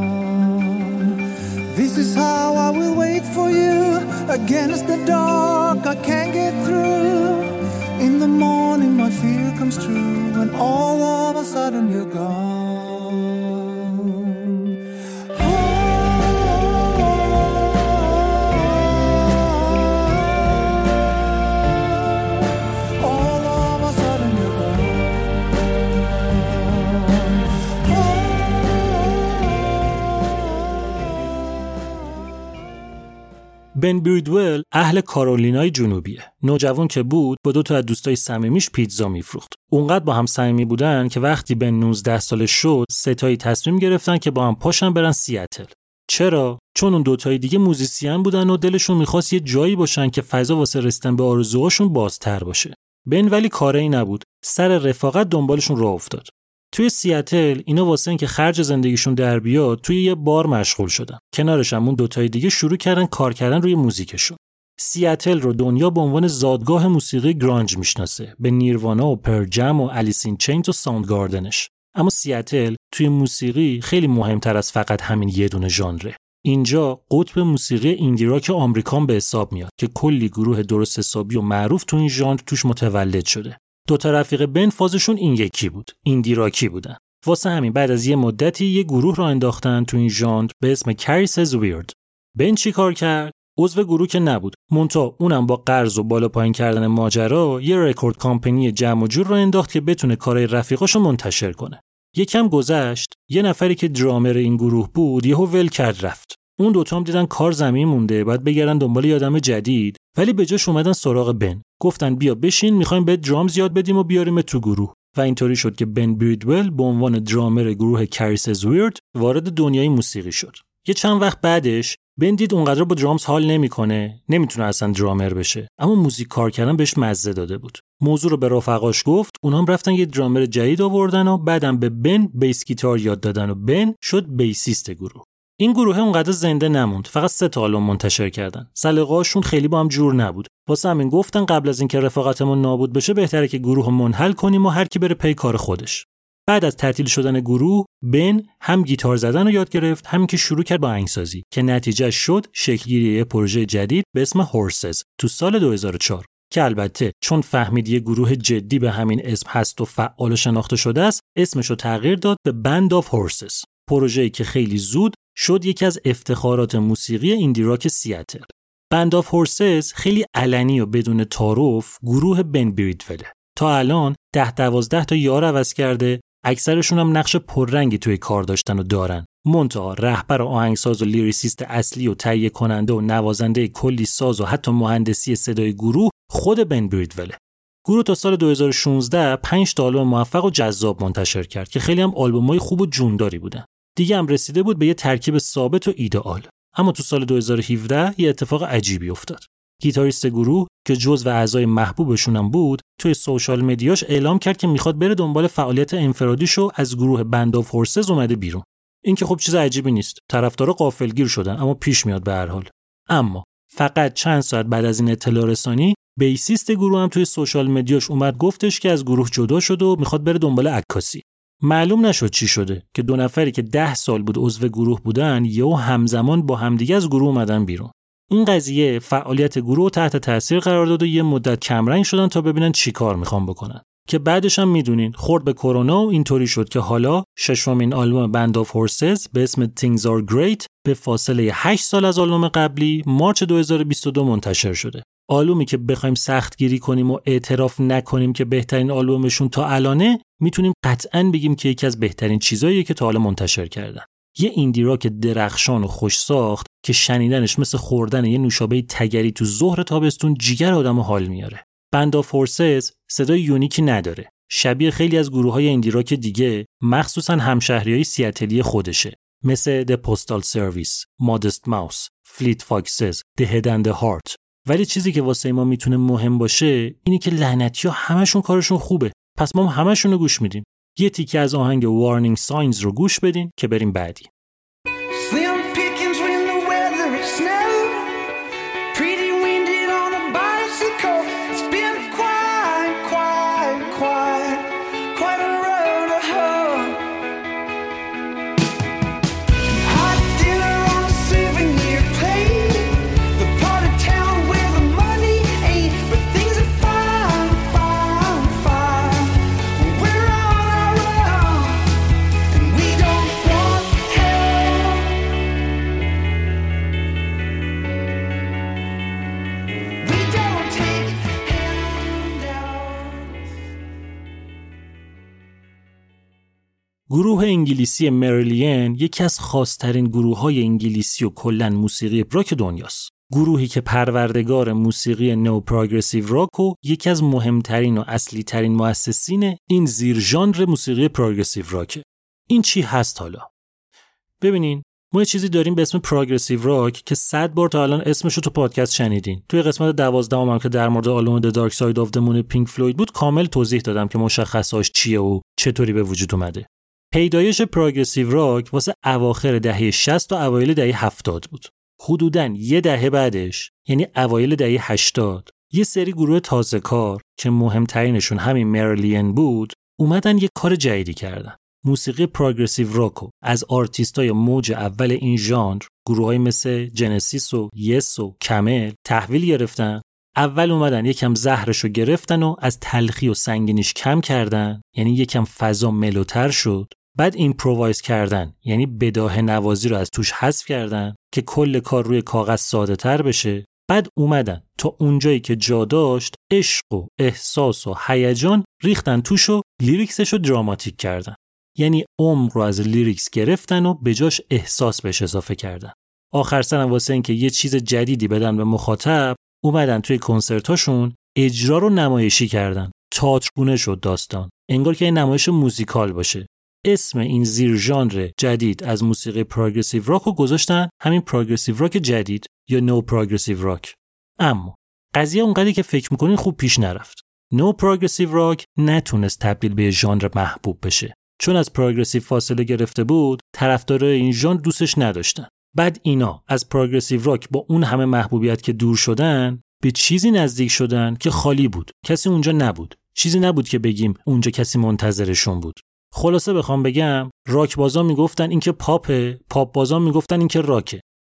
I: gone. This is how I will wait for you, against the dark I can't get through. In the morning my fear comes true, when all of a sudden you're gone.
G: بن بیردول اهل کارولینای جنوبیه. نوجوان که بود با 2 تا از دوستای صمیمیش پیتزا میفروخت. اونقدر با هم صمیمی بودن که وقتی بن 19 سالش شد 3 تایی تصمیم گرفتن که با هم پاشن برن سیاتل. چرا؟ چون اون 2 تای دیگه موزیسین بودن و دلشون می‌خواست یه جایی باشن که فضا واسه رسیدن به آرزوهاشون بازتر باشه. بن ولی کاری نبود. سر رفاقت دنبالشون راه افتاد. توی سیاتل اینا واسه اینکه خرج زندگیشون در بیاد توی یه بار مشغول شدن. کنارش هم اون 2 تای دیگه شروع کردن کار کردن روی موزیکشون. سیاتل رو دنیا به عنوان زادگاه موسیقی گرانج میشناسه، به نیروانا و پرجم و الیس این چینز و ساوندگاردنش. اما سیاتل توی موسیقی خیلی مهمتر از فقط همین یه دونه ژانره. اینجا قطب موسیقی ایندی راک آمریکان به حساب میاد که کلی گروه درست حسابی و معروف تو این ژانر توش متولد شده. 2 تا رفیق بن فازشون این یکی بود، ایندی راکی بودن. واسه همین بعد از یه مدتی یه گروه را انداختن تو این ژانر به اسم کریس ویرد. بن چی کار کرد؟ عضو گروه که نبود، مونتا اونم با قرض و بالا پایین کردن ماجرا یه رکورد کامپنی جمع و جور را انداخت که بتونه کارهای رفیقاشو منتشر کنه. یکم گذشت، یه نفری که درامر این گروه بود یهو ول کرد رفت. اون 2 تا هم دیدن کار زمین مونده، بعد بگردن دنبال یه آدم جدید، ولی به جاش اومدن سراغ بن. گفتن بیا بشین، می‌خوایم بهت درامز یاد بدیم و بیاریم تو گروه. و اینطوری شد که بن بیردول به عنوان درامر گروه کریس ویرد وارد دنیای موسیقی شد. یه چند وقت بعدش بن دید اونقدر با درامز حال نمی‌کنه، نمیتونه اصلا درامر بشه، اما موزیک کار کردن بهش مزه داده بود. موضوع رو به رفقاش گفت، اونها هم رفتن یه درامر جدید آوردن و بعدم به بن بیس گیتار یاد دادن و بن شد بیسیست گروه. این گروه اونقدر زنده نموند، فقط 3 تا آلبوم منتشر کردن. سلیقه‌هاشون خیلی با هم جور نبود. واسه همین گفتن قبل از اینکه رفاقتمون نابود بشه بهتره که گروه رو منحل کنیم و هر کی بره پی کار خودش. بعد از تعطیل شدن گروه، بن هم گیتار زدن رو یاد گرفت، همین که شروع کرد با آهنگسازی که نتیجه شد شکل‌گیری یه پروژه جدید به اسم هورسز تو سال 2004. که البته چون فهمید یه گروه جدی به همین اسم هست و فعال و شناخته شده است، اسمش رو تغییر داد به بند آف هورسز. پروژه‌ای که خیلی زود شد یکی از افتخارات موسیقی ایندی راک سیاتل. بند آف هورسز خیلی علنی و بدون تعارف گروه بن بریدوله. تا الان 10-12 تا یار عوض کرده، اکثرشون هم نقش پررنگی توی کار داشتن و دارن. منتها رهبر و آهنگساز و لیریسیست اصلی و تهیه کننده و نوازنده کلی ساز و حتی مهندسی صدای گروه خود بن بریدوله. گروه تا سال 2016 5 تا آلبوم موفق و جذاب منتشر کرد که خیلی هم آلبومای خوب و جونداری بودن. دیگه هم رسیده بود به یه ترکیب ثابت و ایدئال. اما تو سال 2017 یه اتفاق عجیبی افتاد. گیتاریست گروه که جزو اعضای محبوبشون هم بود، توی سوشال مدیاش اعلام کرد که میخواد بره دنبال فعالیت انفرادیشو از گروه بند آف هورسز اومده بیرون. این که خب چیز عجیبی نیست. طرفدارا غافلگیر شدن، اما پیش میاد به هر حال. اما فقط چند ساعت بعد از این اطلاع رسانی، بیسیست گروه هم توی سوشال مدیاش اومد گفتش که از گروه جدا شده و میخواد بره دنبال عکاسی. معلوم نشد چی شده که 2 نفری که 10 سال بود عضو گروه بودن یهو همزمان با همدیگه از گروه اومدن بیرون. این قضیه فعالیت گروه تحت تاثیر قرار داد و یه مدت کمرنگ شدن تا ببینن چی کار میخوان بکنن. که بعدش هم میدونین خورد به کرونا و اینطوری شد که حالا 6مین آلبوم بند آف هورسز به اسم Things Are Great به فاصله 8 سال از آلبوم قبلی مارچ 2022 منتشر شده. آلبومی که بخوایم سختگیری کنیم و اعتراف نکنیم که بهترین آلبومشون تا الانه، میتونیم قطعاً بگیم که یکی از بهترین چیزاییه که تا حالا منتشر کردن. یه ایندی راک درخشان و خوش ساخت که شنیدنش مثل خوردن یه نوشابه تگری تو ظهر تابستون جیگر آدمو حال میاره. بند آف هورسز صدای یونیکی نداره. شبیه خیلی از گروه‌های ایندی راک دیگه، مخصوصاً همشهریای سیاتلی خودشه، مثل The Postal Service، Modest Mouse، Fleet Foxes، The Head and the Heart. ولی چیزی که واسه ما میتونه مهم باشه اینی که لعنتی‌ها همشون کارشون خوبه. پس ما همشون رو گوش میدیم. یه تیکه از آهنگ Warning Signs رو گوش بدین که بریم بعدی. گروه انگلیسی مریلین یکی از خاص‌ترین گروه‌های انگلیسی و کلاً موسیقی راک دنیاست. گروهی که پروردگار موسیقی نو پروگرسیو راک و یکی از مهمترین و اصلی‌ترین مؤسسین این زیر ژانر موسیقی پروگرسیو راک. این چی هست حالا؟ ببینین، ما یه چیزی داریم به اسم پروگرسیو راک که 100 بار تا الان اسمش رو تو پادکست شنیدین. توی قسمت 12 هم که در مورد آلبوم The Dark Side of the Moon پینک فلوید بود کامل توضیح دادم که مشخصاش چیه و چطوری به وجود اومده. پیدایش پروگرسیو راک واسه اواخر دهه 60 و اوایل دهه 70 بود. حدوداً یه دهه بعدش، یعنی اوایل دهه 80، یه سری گروه تازه کار که مهمترینشون همین مریلین بود، اومدن یه کار جدیدی کردن. موسیقی پروگرسیو راکو از آرتیستای موج اول این ژانر، گروه‌های مثل جنسیس و یس و کمل تحویل گرفتن. اول اومدن یکم زهرشو گرفتن و از تلخی و سنگینیش کم کردن، یعنی یکم فضا ملوتر شد. بعد ایمپرووایز کردن، یعنی بداهه نوازی رو از توش حذف کردن که کل کار روی کاغذ ساده تر بشه. بعد اومدن تا اونجایی که جا داشت عشق و احساس و هیجان ریختن توش و لیریکسش رو دراماتیک کردن. یعنی عمق رو از لیریکس گرفتن و به جاش احساس بهش اضافه کردن. آخر سر واسه این که یه چیز جدیدی بدن به مخاطب، اومدن توی کنسرتاشون اجرا رو نمایشی کردن. تئاترگونه شد داستان، انگار که این نمایش موزیکال باشه. اسم این زیر ژانر جدید از موسیقی پروگرسیو راک رو گذاشتن همین پروگرسیو راک جدید یا نو پروگرسیو راک. اما قضیه اونقدری که فکر میکنین خوب پیش نرفت. نو پروگرسیو راک نتونست تبدیل به ژانر محبوب بشه. چون از پروگرسیو فاصله گرفته بود، طرفدارای این ژانر دوستش نداشتن. بعد اینا از پروگرسیو راک با اون همه محبوبیت که دور شدن، به چیزی نزدیک شدن که خالی بود. کسی اونجا نبود. چیزی نبود که بگیم اونجا کسی منتظرشون بود. خلاصه بخوام بگم، راک بازا میگفتن این که پاپه، پاپ بازا میگفتن این که راکه.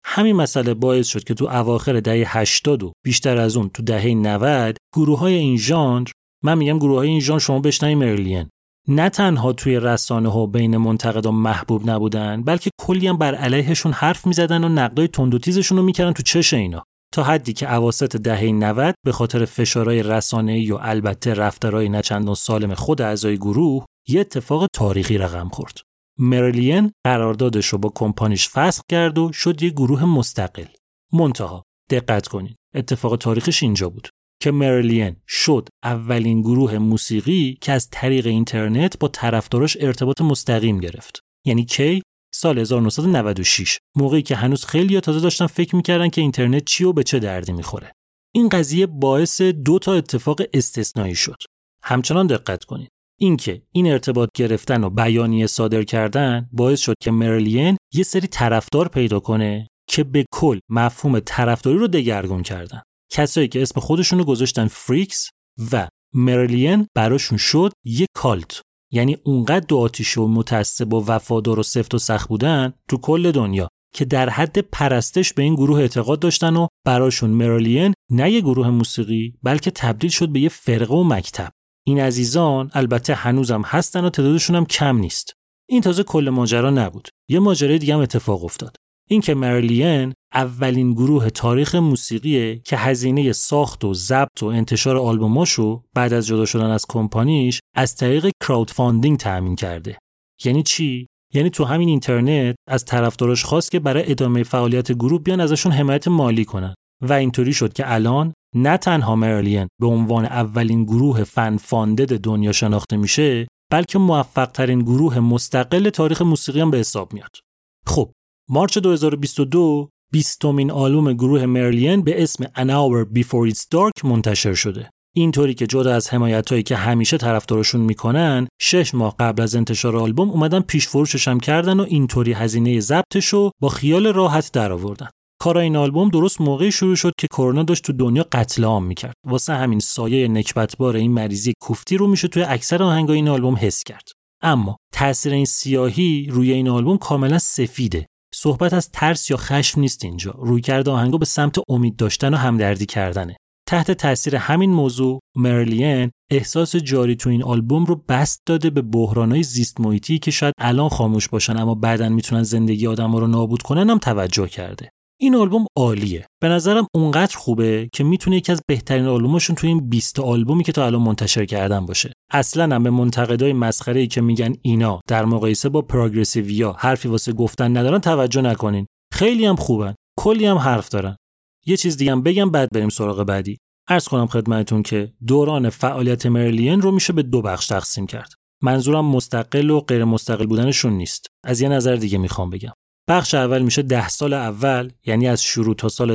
G: همین مسئله باعث شد که تو اواخر دهه 80 و بیشتر از اون تو دهه 90 گروه‌های این ژانر، من میگم گروه‌های این ژانر، شما بشنوید مریلین، نه تنها توی رسانه‌ها بین منتقدا محبوب نبودن، بلکه کلی هم بر علیهشون حرف می‌زدن و نقدای تند و تیزشون رو می‌کردن تو چش اینا، تا حدی که اواسط دهه 90 به خاطر فشارهای رسانه‌ای و البته رفتارهای نچندان سالم خود اعضای گروه یه اتفاق تاریخی رقم خورد. مریلین قراردادش رو با کمپانیش فسخ کرد و شد یه گروه مستقل. منتها دقت کنین، اتفاق تاریخش اینجا بود که مریلین شد اولین گروه موسیقی که از طریق اینترنت با طرفداراش ارتباط مستقیم گرفت. یعنی کی؟ سال 1996، موقعی که هنوز خیلی‌ها تازه داشتن فکر می‌کردن که اینترنت چی و به چه دردی می‌خوره. این قضیه باعث 2 تا اتفاق استثنایی شد. همچنان دقت کنین، اینکه این ارتباط گرفتن و بیانیه صادر کردن باعث شد که مریلین یه سری طرفدار پیدا کنه که به کل مفهوم طرفداری رو دگرگون کردن. کسایی که اسم خودشون رو گذاشتن فریکس و مریلین براشون شد یه کالت. یعنی اونقدر دو آتیشه و متعصب و وفادار و سفت و سخت بودن تو کل دنیا که در حد پرستش به این گروه اعتقاد داشتن و براشون مریلین نه یه گروه موسیقی بلکه تبدیل شد به یه فرقه و مکتب. این عزیزان البته هنوزم هستن و تعدادشون هم کم نیست. این تازه کل ماجرا نبود. یه ماجرای دیگه هم اتفاق افتاد. این که مریلین اولین گروه تاریخ موسیقیه که هزینه ساخت و ضبط و انتشار آلبوماشو بعد از جدا شدن از کمپانیش از طریق کراود فاندینگ تأمین کرده. یعنی چی؟ یعنی تو همین اینترنت از طرفداراش خواست که برای ادامه فعالیت گروه بیان ازشون حمایت مالی کنن و اینطوری شد که الان نه تنها مریلین به عنوان اولین گروه فن فاندد دنیا شناخته میشه، بلکه موفق ترین گروه مستقل تاریخ موسیقی هم به حساب میاد. خب مارچ 2022 20مین آلبوم گروه مریلین به اسم An Hour Before It's Dark منتشر شده. اینطوری که جدا از حمایتایی که همیشه طرفدارشون میکنن، 6 ماه قبل از انتشار آلبوم اومدن پیش فروشش هم کردن و اینطوری هزینه ضبطشو با خیال راحت درآوردن. کار این آلبوم درست موقعی شروع شد که کرونا داشت تو دنیا قتل عام میکرد. واسه همین سایه نکبتبار این مریضی کوفتی رو میشه توی اکثر آهنگای این آلبوم حس کرد. اما تأثیر این سیاهی روی این آلبوم کاملا سفیده. صحبت از ترس یا خشم نیست اینجا. رویکرد آهنگا به سمت امید داشتن و همدردی کردنه. تحت تأثیر همین موضوع مریلین احساس جاری تو این آلبوم رو بسط داده به بحرانای زیست محیطی که شاید الان خاموش باشن اما بعداً میتونن زندگی آدم‌ها رو نابود کنن هم توجه کرده. این آلبوم عالیه. به نظرم اونقدر خوبه که میتونه یکی از بهترین آلبوماشون تو این 20 آلبومی که تا الان منتشر کردن باشه. اصلاً هم به منتقدای مسخره‌ای که میگن اینا در مقایسه با پروگرسیویا حرفی واسه گفتن ندارن توجه نکنین. خیلی هم خوبن. کلی هم حرف دارن. یه چیز دیگه هم بگم بعد بریم سراغ بعدی. عرض کنم خدمتتون که دوران فعالیت مریلین رو میشه به 2 بخش تقسیم کرد. منظورم مستقل و غیر مستقل بودنشون نیست. از یه نظر دیگه میخوام بگم. بخش اول میشه 10 سال اول، یعنی از شروع تا سال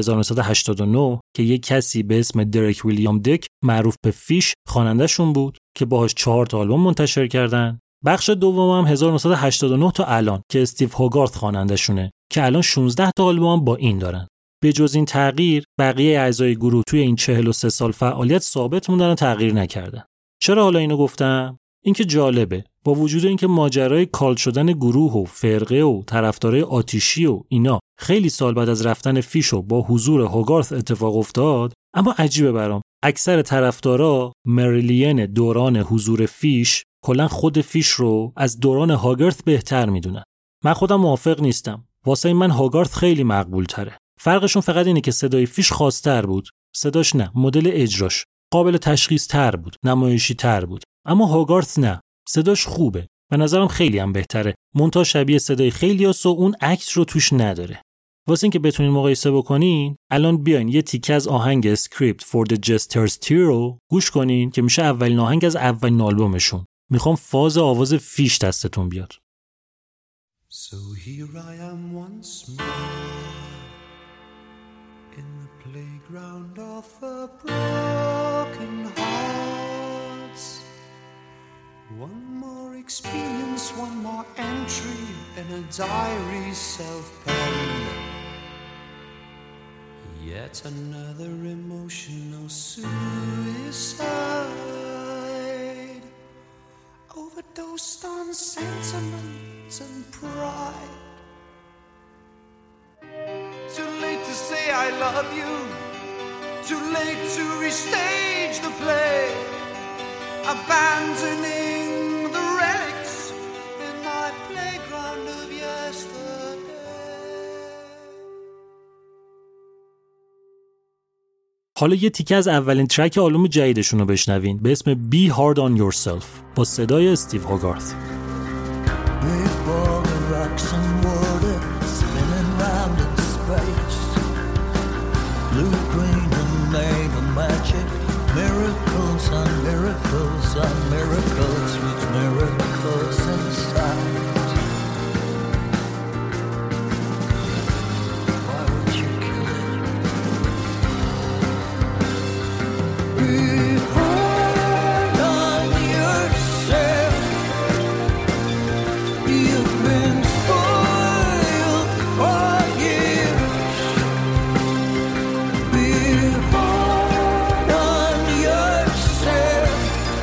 G: 1989 که یک کسی به اسم دریک ویلیام دیک معروف به فیش خواننده‌شون بود که باهاش 4 تا آلبوم منتشر کردن. بخش دوم هم 1989 تا الان که استیو هوگارت خواننده‌شونه که الان 16 تا آلبوم با این دارن. به جز این تغییر بقیه اعضای گروه توی این 43 سال فعالیت ثابت موندن و تغییر نکردن. چرا حالا اینو گفتم؟ اینکه جالبه با وجود اینکه ماجرای کال شدن گروه و فرقه و طرفدارای آتیشی و اینا خیلی سال بعد از رفتن فیش و با حضور هوگارت اتفاق افتاد، اما عجیبه برام اکثر طرفدارا مریلین دوران حضور فیش کلا خود فیش رو از دوران هوگارت بهتر میدونن. من خودم موافق نیستم. واسه من هوگارت خیلی مقبول تره. فرقشون فقط اینه که صدای فیش خاص‌تر بود. صداش نه، مدل اجراش قابل تشخیص تر بود، نمایشی تر بود. اما هوگارت نه، صداش خوبه. به نظرم خیلی هم بهتره. منتها شبیه صدای خیلیاست و اون عکس رو توش نداره. واسه اینکه بتونین مقایسه بکنین، الان بیاین یه تیکه از آهنگ Script for the Jester's Tear رو گوش کنین که میشه اولین آهنگ از اولین آلبومشون. میخوام فاز آواز فیش دستتون بیاد.
H: So here I am once more in the playground of the broken hearts. One more experience, one more entry in a diary self-penned. Yet another emotional suicide, overdosed on sentiments and pride. To
I: I love you. Too late to restage the play, abandoning the relics in my playground of yesterday.
G: حالا یه تیکه از اولین ترک آلبوم جدیدشون رو بشنوین به اسم Be Hard on Yourself با صدای استیو هوگارث.
H: Before the rocks and water spinning round in space, blue, green and mega magic, miracles on miracles on miracles with miracles inside. Why would you kill it? Be hard on yourself. You've been spoiled for years. Be hard on yourself.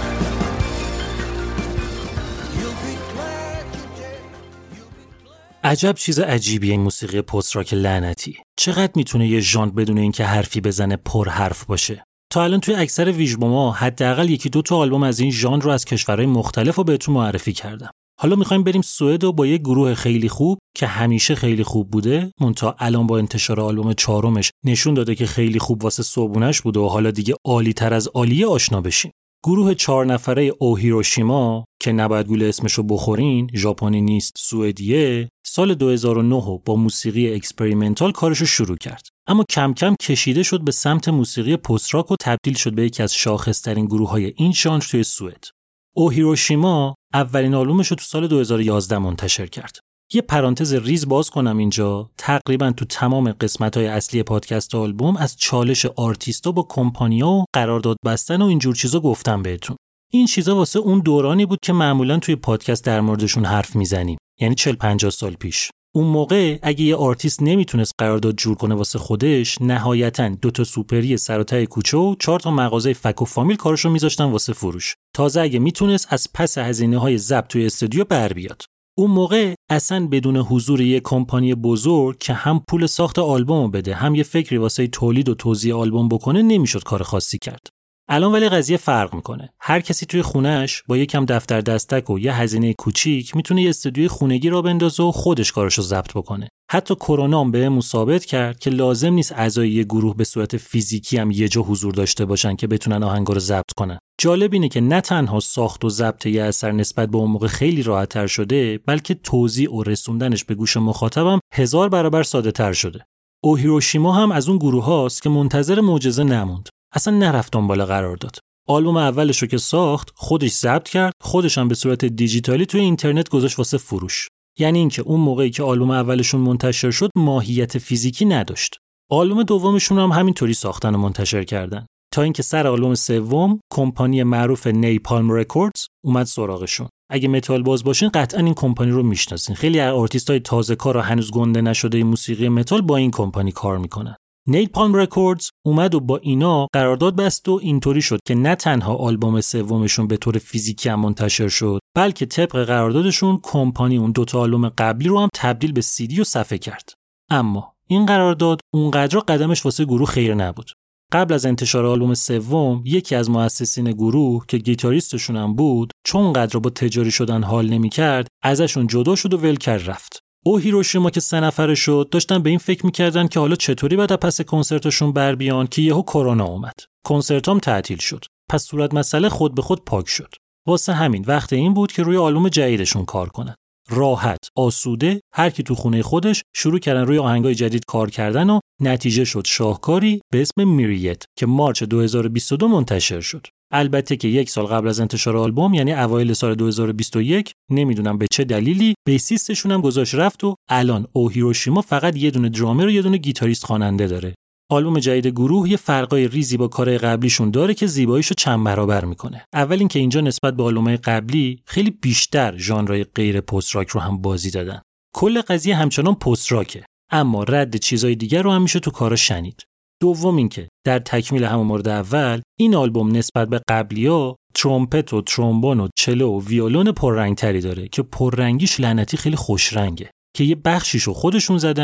H: You'll be glad you did. You'll be glad.
G: عجب چیز عجیبیه این موسیقی پست راک لعنتی. چقدر میتونه یه ژانر بدون اینکه حرفی بزنه پر حرف باشه. تا الان توی اکثر ویژبوما حداقل یکی دو تا آلبوم از این ژانر رو از کشورهای مختلف رو بهتون معرفی کردم. حالا میخوایم بریم سوئد و با یه گروه خیلی خوب که همیشه خیلی خوب بوده، منتها الان با انتشار آلبوم چهارمش نشون داده که خیلی خوب واسه صبحونش بوده و حالا دیگه عالی تر از عالیه آشنا بشیم. گروه 4 نفره او هیروشیما که نباید گول اسمشو بخورین، ژاپنی نیست، سوئدیه، سال 2009 با موسیقی اکسپریمنتال کارشو شروع کرد. اما کم کم کشیده شد به سمت موسیقی پست راک و تبدیل شد به یکی از شاخص‌ترین گروه‌های این ژانر توی سوئد. او هیروشیما اولین آلبومش رو تو سال 2011 منتشر کرد. یه پرانتز ریز باز کنم اینجا، تقریبا تو تمام قسمت‌های اصلی پادکست آلبوم از چالش آرتیستا با کمپانی‌ها و قرارداد بستن و اینجور چیزا گفتم بهتون. این چیزا واسه اون دورانی بود که معمولاً توی پادکست در موردشون حرف میزنیم، یعنی 40-50 سال پیش. اون موقع اگه یه آرتیست نمیتونست قرارداد جور کنه واسه خودش، نهایتاً 2 تا سوپری سر و ته کوچه و 4 تا مغازه فک و فامیل کارشو میذاشتن واسه فروش. تازه اگه میتونست از پس هزینه‌های ضبط توی استودیو بر بیاد. اون موقع اصلا بدون حضور یه کمپانی بزرگ که هم پول ساخت آلبومو بده، هم یه فکری واسه تولید و توزیع آلبوم بکنه نمیشد کار خاصی کرد. الان ولی قضیه فرق میکنه. هر کسی توی خونه‌اش با یکم دفتر دستک و یه هزینه کوچیک میتونه یه استودیوی خونگی را بندازه و خودش کارشو ضبط بکنه. حتی کرونا هم بهمون ثابت کرد که لازم نیست اعضای یه گروه به صورت فیزیکی هم یه جا حضور داشته باشن که بتونن آهنگا رو ضبط کنن. جالب اینه که نه تنها ساخت و ضبط یه اثر نسبت به اون موقع خیلی راحت‌تر شده، بلکه توزیع و رسوندنش به گوش مخاطبم 1000 برابر ساده‌تر شده. او هیروشیما هم از اون گروه‌هاست که منتظر معجزه نموند. اصلا نرفت دنبال قرارداد. آلبوم اولش رو که ساخت، خودش ضبط کرد، خودش هم به صورت دیجیتالی توی اینترنت گذاشت واسه فروش. یعنی اینکه اون موقعی که آلبوم اولشون منتشر شد، ماهیت فیزیکی نداشت. آلبوم دومشون هم همینطوری ساختن و منتشر کردن. تا اینکه سر آلبوم سوم کمپانی معروف نیپالم رکوردز اومد سراغشون. اگه متال باز باشین قطعا این کمپانی رو میشناسین. خیلی از آرتیستای تازه کار و هنوز گنده نشده موسیقی متال با این کمپانی کار میکنن. نیپالم رکوردز اومد و با اینا قرارداد بست و اینطوری شد که نه تنها آلبوم سومشون به طور فیزیکی هم منتشر شد، بلکه طبق قراردادشون کمپانی اون 2 تا آلبوم قبلی رو هم تبدیل به CD و صفحه کرد. اما این قرارداد اونقدر قدمش واسه گروه خیر نبود. قبل از انتشار آلبوم سوم یکی از مؤسسین گروه که گیتاریستشون هم بود، چون قدر با تجاری شدن حال نمی‌کرد، ازشون جدا شد و ول کرد رفت. او هیروشیما که 3 نفره شد داشتن به این فکر می‌کردن که حالا چطوری بعد پس کنسرتشون بر بیان که یهو کرونا اومد. کنسرتام تعطیل شد. پس صورت مسئله خود به خود پاک شد. واسه همین وقت این بود که روی آلبوم جدیدشون کار کنن. راحت، آسوده، هر کی تو خونه خودش شروع کردن روی آهنگای جدید کار کردن و نتیجه شد شاهکاری به اسم میریت که مارچ 2022 منتشر شد. البته که 1 سال قبل از انتشار آلبوم، یعنی اوایل سال 2021، نمیدونم به چه دلیلی بیسیستشون هم گذاشت رفت و الان او هیروشیما فقط یه دونه درامر و یه دونه گیتاریست خواننده داره. آلبوم جدید گروه یه فرقای ریزی با کارهای قبلیشون داره که زیباییشو چند برابر میکنه. اول اینکه اینجا نسبت به آلبومای قبلی خیلی بیشتر ژانرهای غیر پست راک رو هم بازی دادن. کل قضیه همچنان پست راکه، اما رد چیزای دیگر رو هم میشه تو کارا شنید. دوم اینکه در تکمیل همون مورد اول، این آلبوم نسبت به قبلی‌ها ترومپت و ترومبون و چلو و ویولون پررنگ‌تری داره که پررنگیش لعنتی خیلی خوش رنگه که یه بخشیشو خودشون زدن،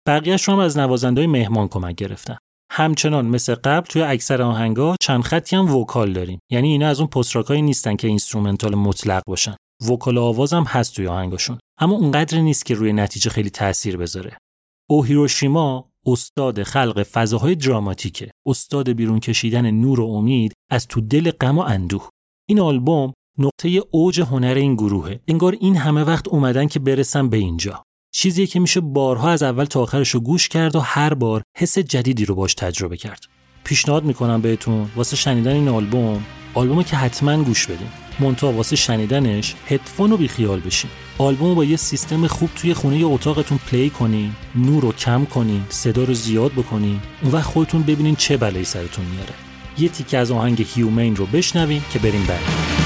G: بقیه‌اش رو هم از نوازنده‌های مهمان کمک گرفتن. همچنان مثل قبل توی اکثر آهنگا چند خطی هم وکال داریم. یعنی اینا از اون پست راکایی نیستن که اینسترومنتال مطلق باشن. وکال و آواز هم هست توی آهنگاشون. اما اونقدر نیست که روی نتیجه خیلی تأثیر بذاره. او هیروشیما استاد خلق فضاهای دراماتیکه. استاد بیرون کشیدن نور و امید از تو دل غم و اندوه. این آلبوم نقطه اوج هنر این گروهه. انگار این همه وقت اومدن که برسن به اینجا. چیزیه که میشه بارها از اول تا آخرش رو گوش کرد و هر بار حس جدیدی رو باش تجربه کرد. پیشنهاد میکنم بهتون واسه شنیدن این آلبومی که حتما گوش بدین. منتها واسه شنیدنش هدفون رو بیخیال بشین. آلبوم با یه سیستم خوب توی خونه یا اتاقتون پلی کنین، نور رو کم کنین، صدا رو زیاد بکنین، اون وقت خودتون ببینین چه بلایی سرتون میاره. یه تیکه از آهنگ هیومین رو بشنوین که بریم بعد.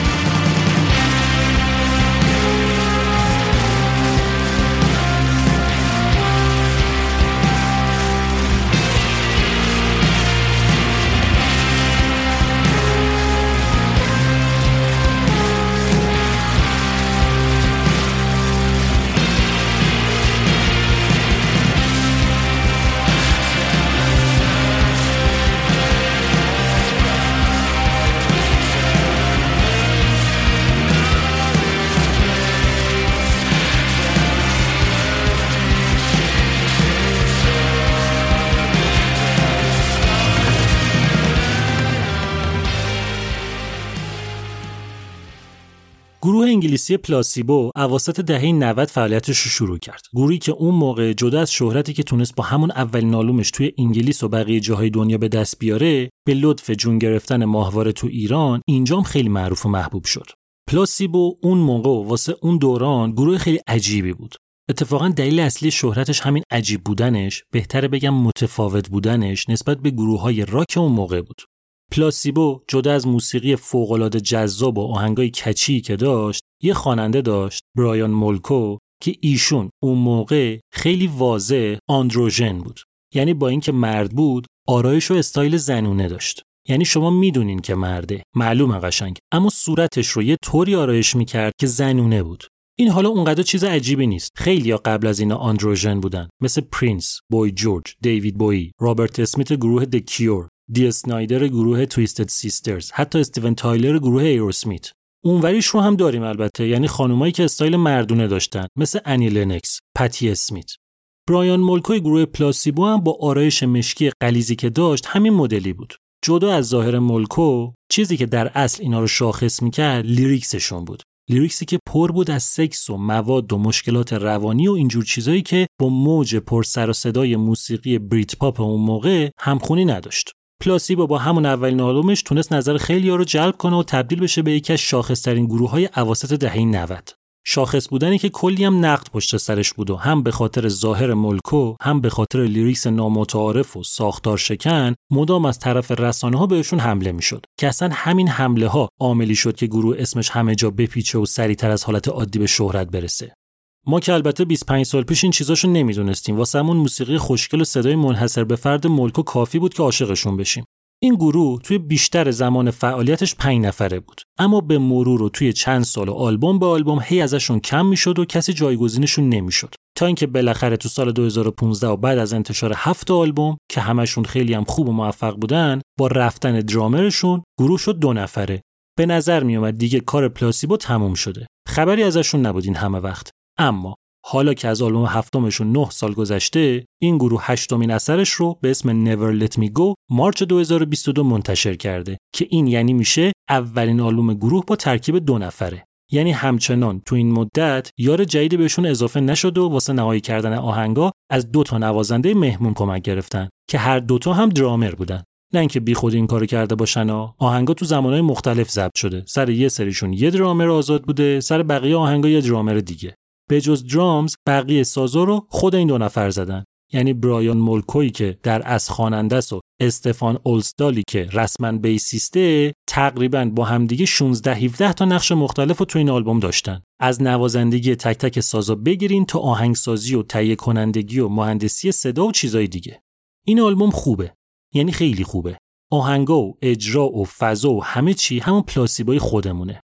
G: گروه انگلیسی پلاسیبو اواسط دهه 90 فعالیتش رو شروع کرد. گروهی که اون موقع جدا از شهرتی که تونست با همون اولین آلبومش توی انگلیس و بقیه جاهای دنیا به دست بیاره، به لطف جون گرفتن ماهواره تو ایران اینجام خیلی معروف و محبوب شد. پلاسیبو اون موقع واسه اون دوران گروه خیلی عجیبی بود. اتفاقا دلیل اصلی شهرتش همین عجیب بودنش، بهتره بگم متفاوت بودنش نسبت به گروه‌های راک اون موقع بود. پلاسیبو جدا از موسیقی فوق‌العاده جذاب و آهنگای کچی که داشت، یه خواننده داشت، برایان مولکو، که ایشون اون موقع خیلی واضح آندروژن بود. یعنی با اینکه مرد بود، آرایش و استایل زنونه داشت. یعنی شما میدونین که مرده، معلومه قشنگ، اما صورتش رو یه طوری آرایش میکرد که زنونه بود. این حالا اونقدر چیز عجیبی نیست. خیلیا قبل از اینا آندروژن بودن، مثل پرینس، بوی جورج، دیوید بویی، رابرت اسمیت گروه د کیور، دی اسنایدر گروه تویستد سیسترز، حتی استیون تایلر گروه ایروسمیت. اونوریش رو هم داریم البته، یعنی خانومایی که استایل مردونه داشتن، مثل انی لنکس، پتی اسمیت. برایان مولکوی گروه پلاسیبو هم با آرایش مشکی غلیظی که داشت همین مدلی بود. جدا از ظاهر مولکو، چیزی که در اصل اینا رو شاخص میکرد لیریکسشون بود. لیریکسی که پر بود از سکس و مواد و مشکلات روانی و اینجور چیزایی که با موج پر سر و صدای موسیقی بریت پاپ اون موقع همخونی نداشت. پلاسیبو با همون اولین آلبومش تونست نظر خیلی‌ها رو جلب کنه و تبدیل بشه به یکی از شاخص‌ترین گروه‌های اواسط دهه 90. شاخص بودنی که کلی هم نقد پشت سرش بود و هم به خاطر ظاهر مولکو، هم به خاطر لیریکس نامتعارف و ساختار شکن مدام از طرف رسانه‌ها بهشون حمله می‌شد که اصلا همین حمله‌ها عاملی شد که گروه اسمش همه جا بپیچه و سریعتر از حالت عادی به شهرت برسه. ما که البته 25 سال پیش این چیزاشو نمیدونستیم، واسمون موسیقی خوشگل و صدای منحصر به فرد مولکو کافی بود که عاشقشون بشیم. این گروه توی بیشتر زمان فعالیتش 5 نفره بود، اما به مرور و توی چند سال و آلبوم به آلبوم هی ازشون کم میشد و کسی جایگزینشون نمیشد، تا اینکه بالاخره تو سال 2015 و بعد از انتشار 7 آلبوم که همشون خیلی هم خوب و موفق بودن، با رفتن درامرشون گروه شد 2 نفره. به نظر میومد دیگه کار پلاسیبو تموم شده. خبری ازشون نبود این همه وقت. اما حالا که از آلبوم هفتمشون 9 سال گذشته، این گروه 8مین اثرش رو به اسم Never Let Me Go مارچ 2022 منتشر کرده که این یعنی میشه اولین آلبوم گروه با ترکیب 2 نفره. یعنی همچنان تو این مدت یار جدیدی بهشون اضافه نشد و واسه نهایی کردن آهنگا از 2 تا نوازنده مهمون کمک گرفتن که هر 2 تا هم درامر بودن. نه اینکه بی خود این کارو کرده باشن آهنگا تو زمانهای مختلف ضبط شده. سر یه سریشون یه درامر آزاد بوده، سر بقیه آهنگا یه درامر دیگه. به جز درامز بقیه سازا رو خود این 2 نفر زدن. یعنی برایان مولکوی که در اصل خواننده است و استفان اولستالی که رسما بیسیسته، تقریبا با همدیگه 16-17 تا نقش مختلف رو تو این آلبوم داشتن. از نوازندگی تک تک سازا بگیرین تا آهنگسازی و تهیه کنندگی و مهندسی صدا و چیزای دیگه. این آلبوم خوبه، یعنی خیلی خوبه. آهنگا و اجرا و فضا و همه چی همون پلاسیبوی خودمونه.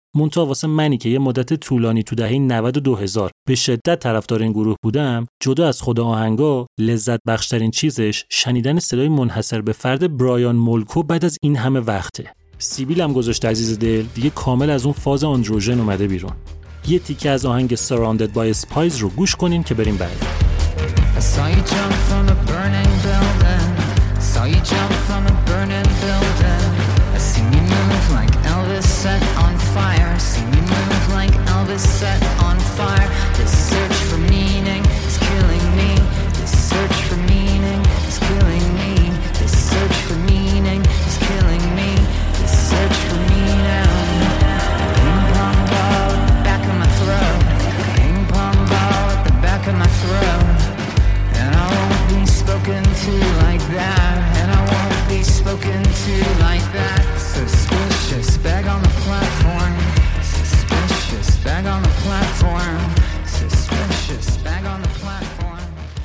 G: منتها واسه منی که یه مدت طولانی تو دهه 90 و 2000 به شدت طرفدار این گروه بودم، جدا از خود آهنگا لذت بخشترین چیزش شنیدن صدای منحصر به فرد برایان مولکو بعد از این همه وقته. سیبیل هم گذاشته عزیز دل، دیگه کامل از اون فاز آندروژن اومده بیرون. یه تیکه از آهنگ Surrounded by Spies رو گوش کنین که بریم بعد.
L: I saw you jump from a burning building. Saw you jump from a burning building. I seen you move like Elvis set on fire. Seen you move like Elvis set on fire. This search for meaning is killing me. This search for meaning is killing me. This search for meaning is killing me. This search for meaning. Ping pong ball at the back of my throat. Ping pong ball at the back of my throat. And I won't be spoken to like that. And I won't be spoken to like that. Suspicious bag on the platform. Suspicious bag on the platform. Suspicious bag on the platform.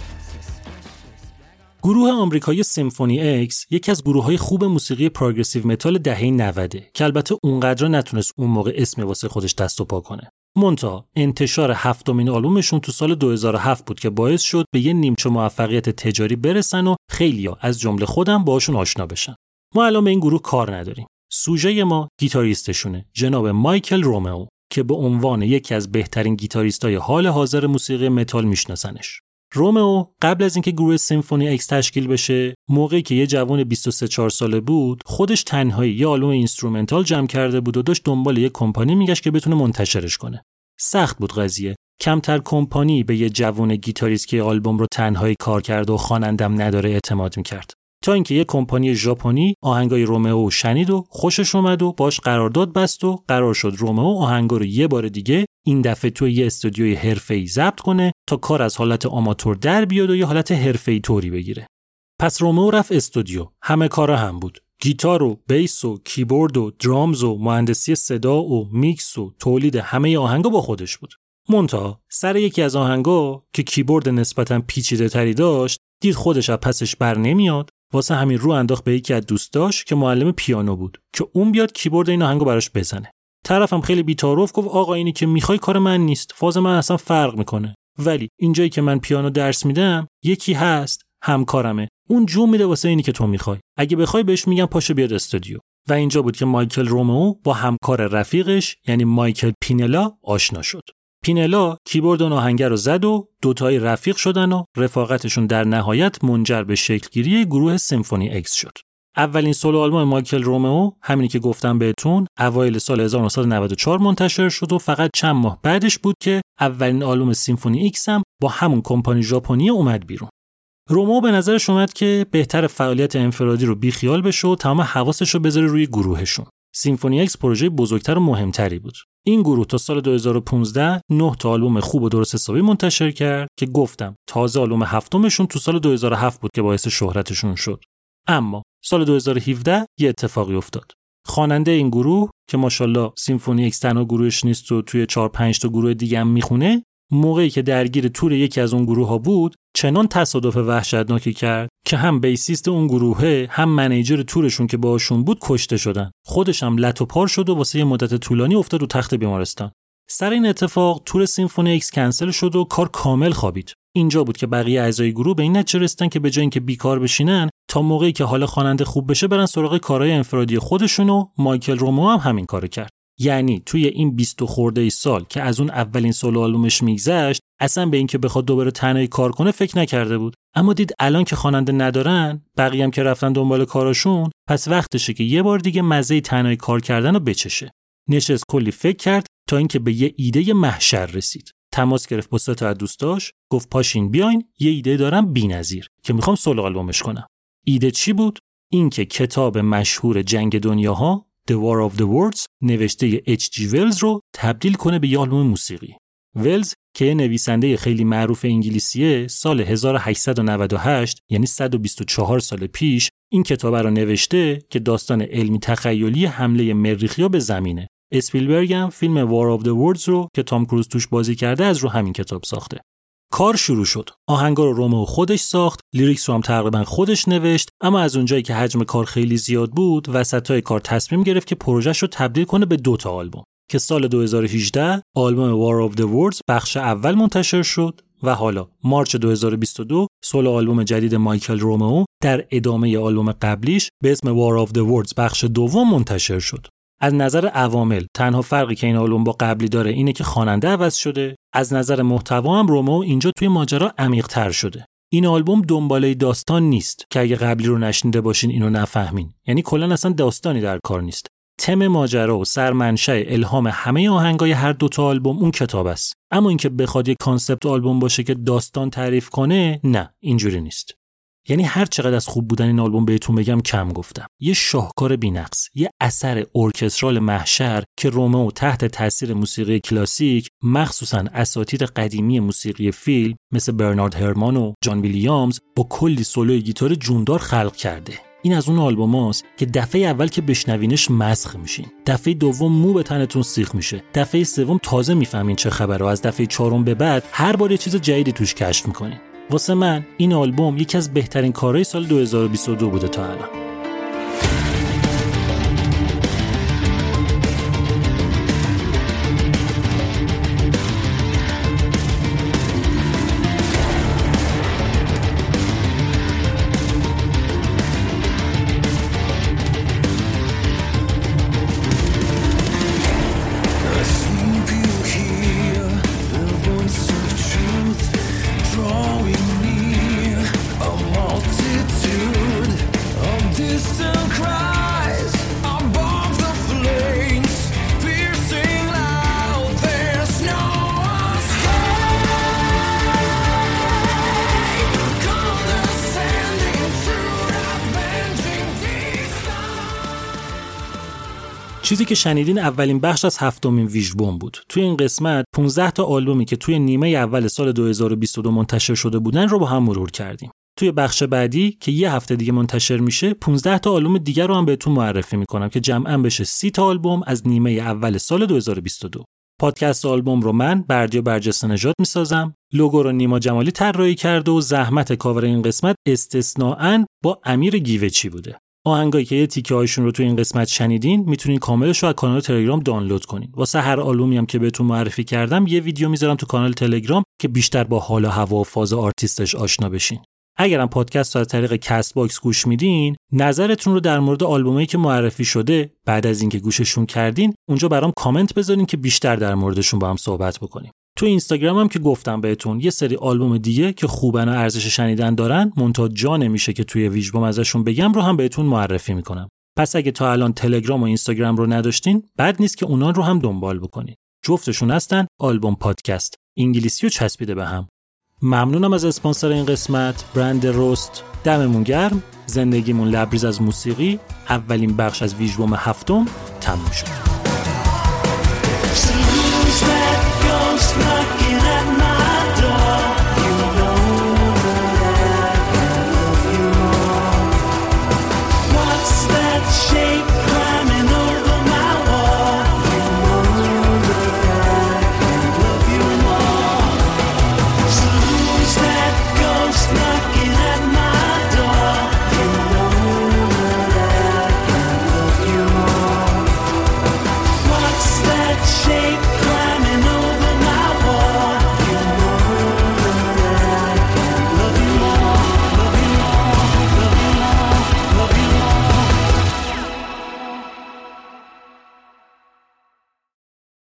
G: گروه آمریکایی سیمفونی اکس یکی از گروه‌های خوب موسیقی پروگرسیو متال دهه 90 که البته اونقدر نتونست اون موقع اسم واسه خودش دست و پا کنه. منتها انتشار هفتمین آلبومشون تو سال 2007 بود که باعث شد به یه نیمچه موفقیت تجاری برسن و خیلیا از جمله خودم باهاشون آشنا بشن. ما الان به این گروه کار نداریم. سوژه ما گیتاریستشونه، جناب مایکل رومئو، که به عنوان یکی از بهترین گیتاریستای حال حاضر موسیقی متال میشناسنش. رومئو قبل از اینکه گروه سیمفونی اکس تشکیل بشه، موقعی که یه جوان 23-4 ساله بود، خودش تنهایی یه آلبوم اینسترومنتال جمع کرده بود و داشت دنبال یه کمپانی میگشت که بتونه منتشرش کنه. سخت بود قضیه. کمتر کمپانی به یه جوان گیتاریست که آلبوم رو تنهایی کار کرده و خوانندم نداره اعتماد میکرد. تا اینکه یه کمپانی ژاپنی آهنگای رومئو شنید و خوشش اومد و باش قرارداد بست و قرار شد رومئو آهنگا رو یه بار دیگه این دفعه توی یه استودیوی حرفه‌ای ضبط کنه تا کار از حالت آماتور در بیاد و یه حالت حرفه‌ای طوری بگیره. پس رومئو رفت استودیو. همه کارا هم بود. گیتار و بیس و کیبورد و درامز و مهندسی صدا و میکس و تولید همه آهنگا با خودش بود. منتها سر یکی از آهنگا که کیبورد نسبتاً پیچیده‌تری داشت، دید خودش از پسش بر نمیاد. واسه همین رو انداخت به یکی از دوستاش که معلم پیانو بود که اون بیاد کیبورد این آهنگو براش بزنه. طرفم خیلی بی‌تعارف گفت آقا اینی که میخوای کار من نیست، فاز من اصلا فرق میکنه. ولی اینجایی که من پیانو درس میدم یکی هست همکارمه، اون جو میده واسه اینی که تو میخوای. اگه بخوای بهش میگم پاشو بیاد استودیو. و اینجا بود که مایکل رومئو با همکار رفیقش یعنی مایکل پینلا آشنا شد. پینلا کیبورد اون آهنگ رو زد و دوتایی رفیق شدن و رفاقتشون در نهایت منجر به شکلگیری گروه سیمفونی اکس شد. اولین سولو آلبوم مایکل رومئو همینی که گفتم بهتون اوایل سال 1994 منتشر شد و فقط چند ماه بعدش بود که اولین آلبوم سیمفونی اکس هم با همون کمپانی ژاپنی اومد بیرون. رومئو به نظرش اومد که بهتر فعالیت انفرادی رو بیخیال بشه و تمام حواسش رو بذاره روی گروهشون. سیمفونی اکس پروژه بزرگتر و مهمتری بود. این گروه تا سال 2015 9 تا آلبوم خوب و درست حسابی منتشر کرد که گفتم تازه آلبوم هفتمشون تو سال 2007 بود که باعث شهرتشون شد. اما سال 2017 یه اتفاقی افتاد. خواننده این گروه که ماشاءالله سیمفونی اکس تنها گروهش نیست و توی 4-5 تا گروه دیگه هم میخونه، موقعی که درگیر تور یکی از اون گروه ها بود چنان تصادف وحشتناکی کرد که هم بیسیست اون گروهه هم منیجر تورشون که باهاشون بود کشته شدن. خودش هم لت و پار شد و واسه یه مدت طولانی افتاد رو تخت بیمارستان. سر این اتفاق تور سیمفونی اکس کنسل شد و کار کامل خوابید. اینجا بود که بقیه اعضای گروه به این نتیجه رسیدن که به جای اینکه بیکار بشینن تا موقعی که حال خواننده خوب بشه برن سراغ کارهای انفرادی خودشون و مایکل رومئو هم همین کارو کرد. یعنی توی این 20 خورده سال که از اون اولین سولو آلبومش میگذشت اصلا به این که بخواد دوباره تنهایی کار کنه فکر نکرده بود. اما دید الان که خواننده ندارن، بقیه هم که رفتن دنبال کاراشون، پس وقتشه که یه بار دیگه مزه تنهایی کار کردن رو بچشه. نشست کلی فکر کرد تا اینکه به یه ایده محشر رسید. تماس گرفت با 3 تا از دوستاش، گفت پاشین بیاین یه ایده دارم بی‌نظیر که میخوام سولو آلبومش کنم. ایده چی بود؟ این که کتاب مشهور جنگ دنیاها The War of the Worlds نوشته H.G. Wells رو تبدیل کنه به یه آلبوم موسیقی. ولز که نویسنده خیلی معروف انگلیسیه، سال 1898 یعنی 124 سال پیش این کتاب رو نوشته که داستان علمی تخیلی حمله مریخیا به زمینه. اسپیلبرگ هم فیلم War of the Worlds رو که تام کروز توش بازی کرده از رو همین کتاب ساخته. کار شروع شد. آهنگا رو رومئو خودش ساخت، لیریکس رو هم تقریبا خودش نوشت، اما از اونجایی که حجم کار خیلی زیاد بود، وسطای کار تصمیم گرفت که پروژه‌ش رو تبدیل کنه به 2 تا آلبوم که سال 2018 آلبوم War of the Words بخش اول منتشر شد و حالا مارچ 2022 سولو آلبوم جدید مایکل رومئو در ادامه آلبوم قبلیش به اسم War of the Words بخش دوم منتشر شد. از نظر عوامل تنها فرقی که این آلبوم با قبلی داره اینه که خواننده عوض شده. از نظر محتوا هم رومئو اینجا توی ماجرا عمیق‌تر شده. این آلبوم دنباله داستان نیست که اگه قبلی رو نشنیده باشین اینو نفهمین. یعنی کلاً اصلا داستانی در کار نیست. تم ماجرا و سرمنشأ الهام همه آهنگای هر دوتا آلبوم اون کتاب است. اما اینکه بخواد یک کانسپت آلبوم باشه که داستان تعریف کنه، نه، اینجوری نیست. یعنی هر چقدر از خوب بودن این آلبوم بهتون بگم کم گفتم. یه شاهکار بی‌نقص، یه اثر ارکسترال محشر که رومئو تحت تاثیر موسیقی کلاسیک، مخصوصاً اساتید قدیمی موسیقی فیلم مثل برنارد هرمان و جان ویلیامز با کلی سولوی گیتار جوندار خلق کرده. این از اون آلبوماست که دفعه اول که بشنوینش مسخ میشین، دفعه دوم مو به تنتون سیخ میشه، دفعه سوم تازه میفهمین چه خبره و از دفعه چهارم به بعد هر بار یه چیز جدیدی توش کشف میکنین. واسه من این آلبوم یکی از بهترین کارهای سال 2022 بوده تا الان. چیزی که شنیدین اولین بخش از 7مین ویژبوم بود. توی این قسمت 15 تا آلبومی که توی نیمه اول سال 2022 منتشر شده بودن رو با هم مرور کردیم. توی بخش بعدی که یه هفته دیگه منتشر میشه 15 تا آلبوم دیگر رو هم بهتون معرفی میکنم که جمعاً بشه 30 تا آلبوم از نیمه اول سال 2022. پادکست آلبوم رو من بردیا برجسته نژاد میسازم. لوگو رو نیما جمالی طراحی کرده و زحمت کاور این قسمت استثناءً با امیر گیوچی بوده. آهنگایی که یه تیکه هاشون رو تو این قسمت شنیدین میتونین کاملش رو از کانال تلگرام دانلود کنین. واسه هر آلبومی هم که بهتون معرفی کردم یه ویدیو میذارم تو کانال تلگرام که بیشتر با حال و هوا و فاز آرتیستش آشنا بشین. اگرم پادکست رو از طریق کست باکس گوش میدین، نظرتون رو در مورد آلبومایی که معرفی شده بعد از اینکه گوششون کردین اونجا برام کامنت بذارین که بیشتر در موردشون با هم صحبت بکنیم. تو اینستاگرام هم که گفتم بهتون یه سری آلبوم دیگه که خوبن و ارزش شنیدن دارن منتها جا نمیشه که توی ویژبوم ازشون بگم رو هم بهتون معرفی میکنم. پس اگه تا الان تلگرام و اینستاگرام رو نداشتین بد نیست که اونا رو هم دنبال بکنین. جفتشون هستن آلبوم پادکست. انگلیسی و چسبیده به هم. ممنونم از اسپانسر این قسمت، برند روست. دممون گرم. زندگیمون لبریز از موسیقی. اولین بخش از ویژبوم 7 تموم شد.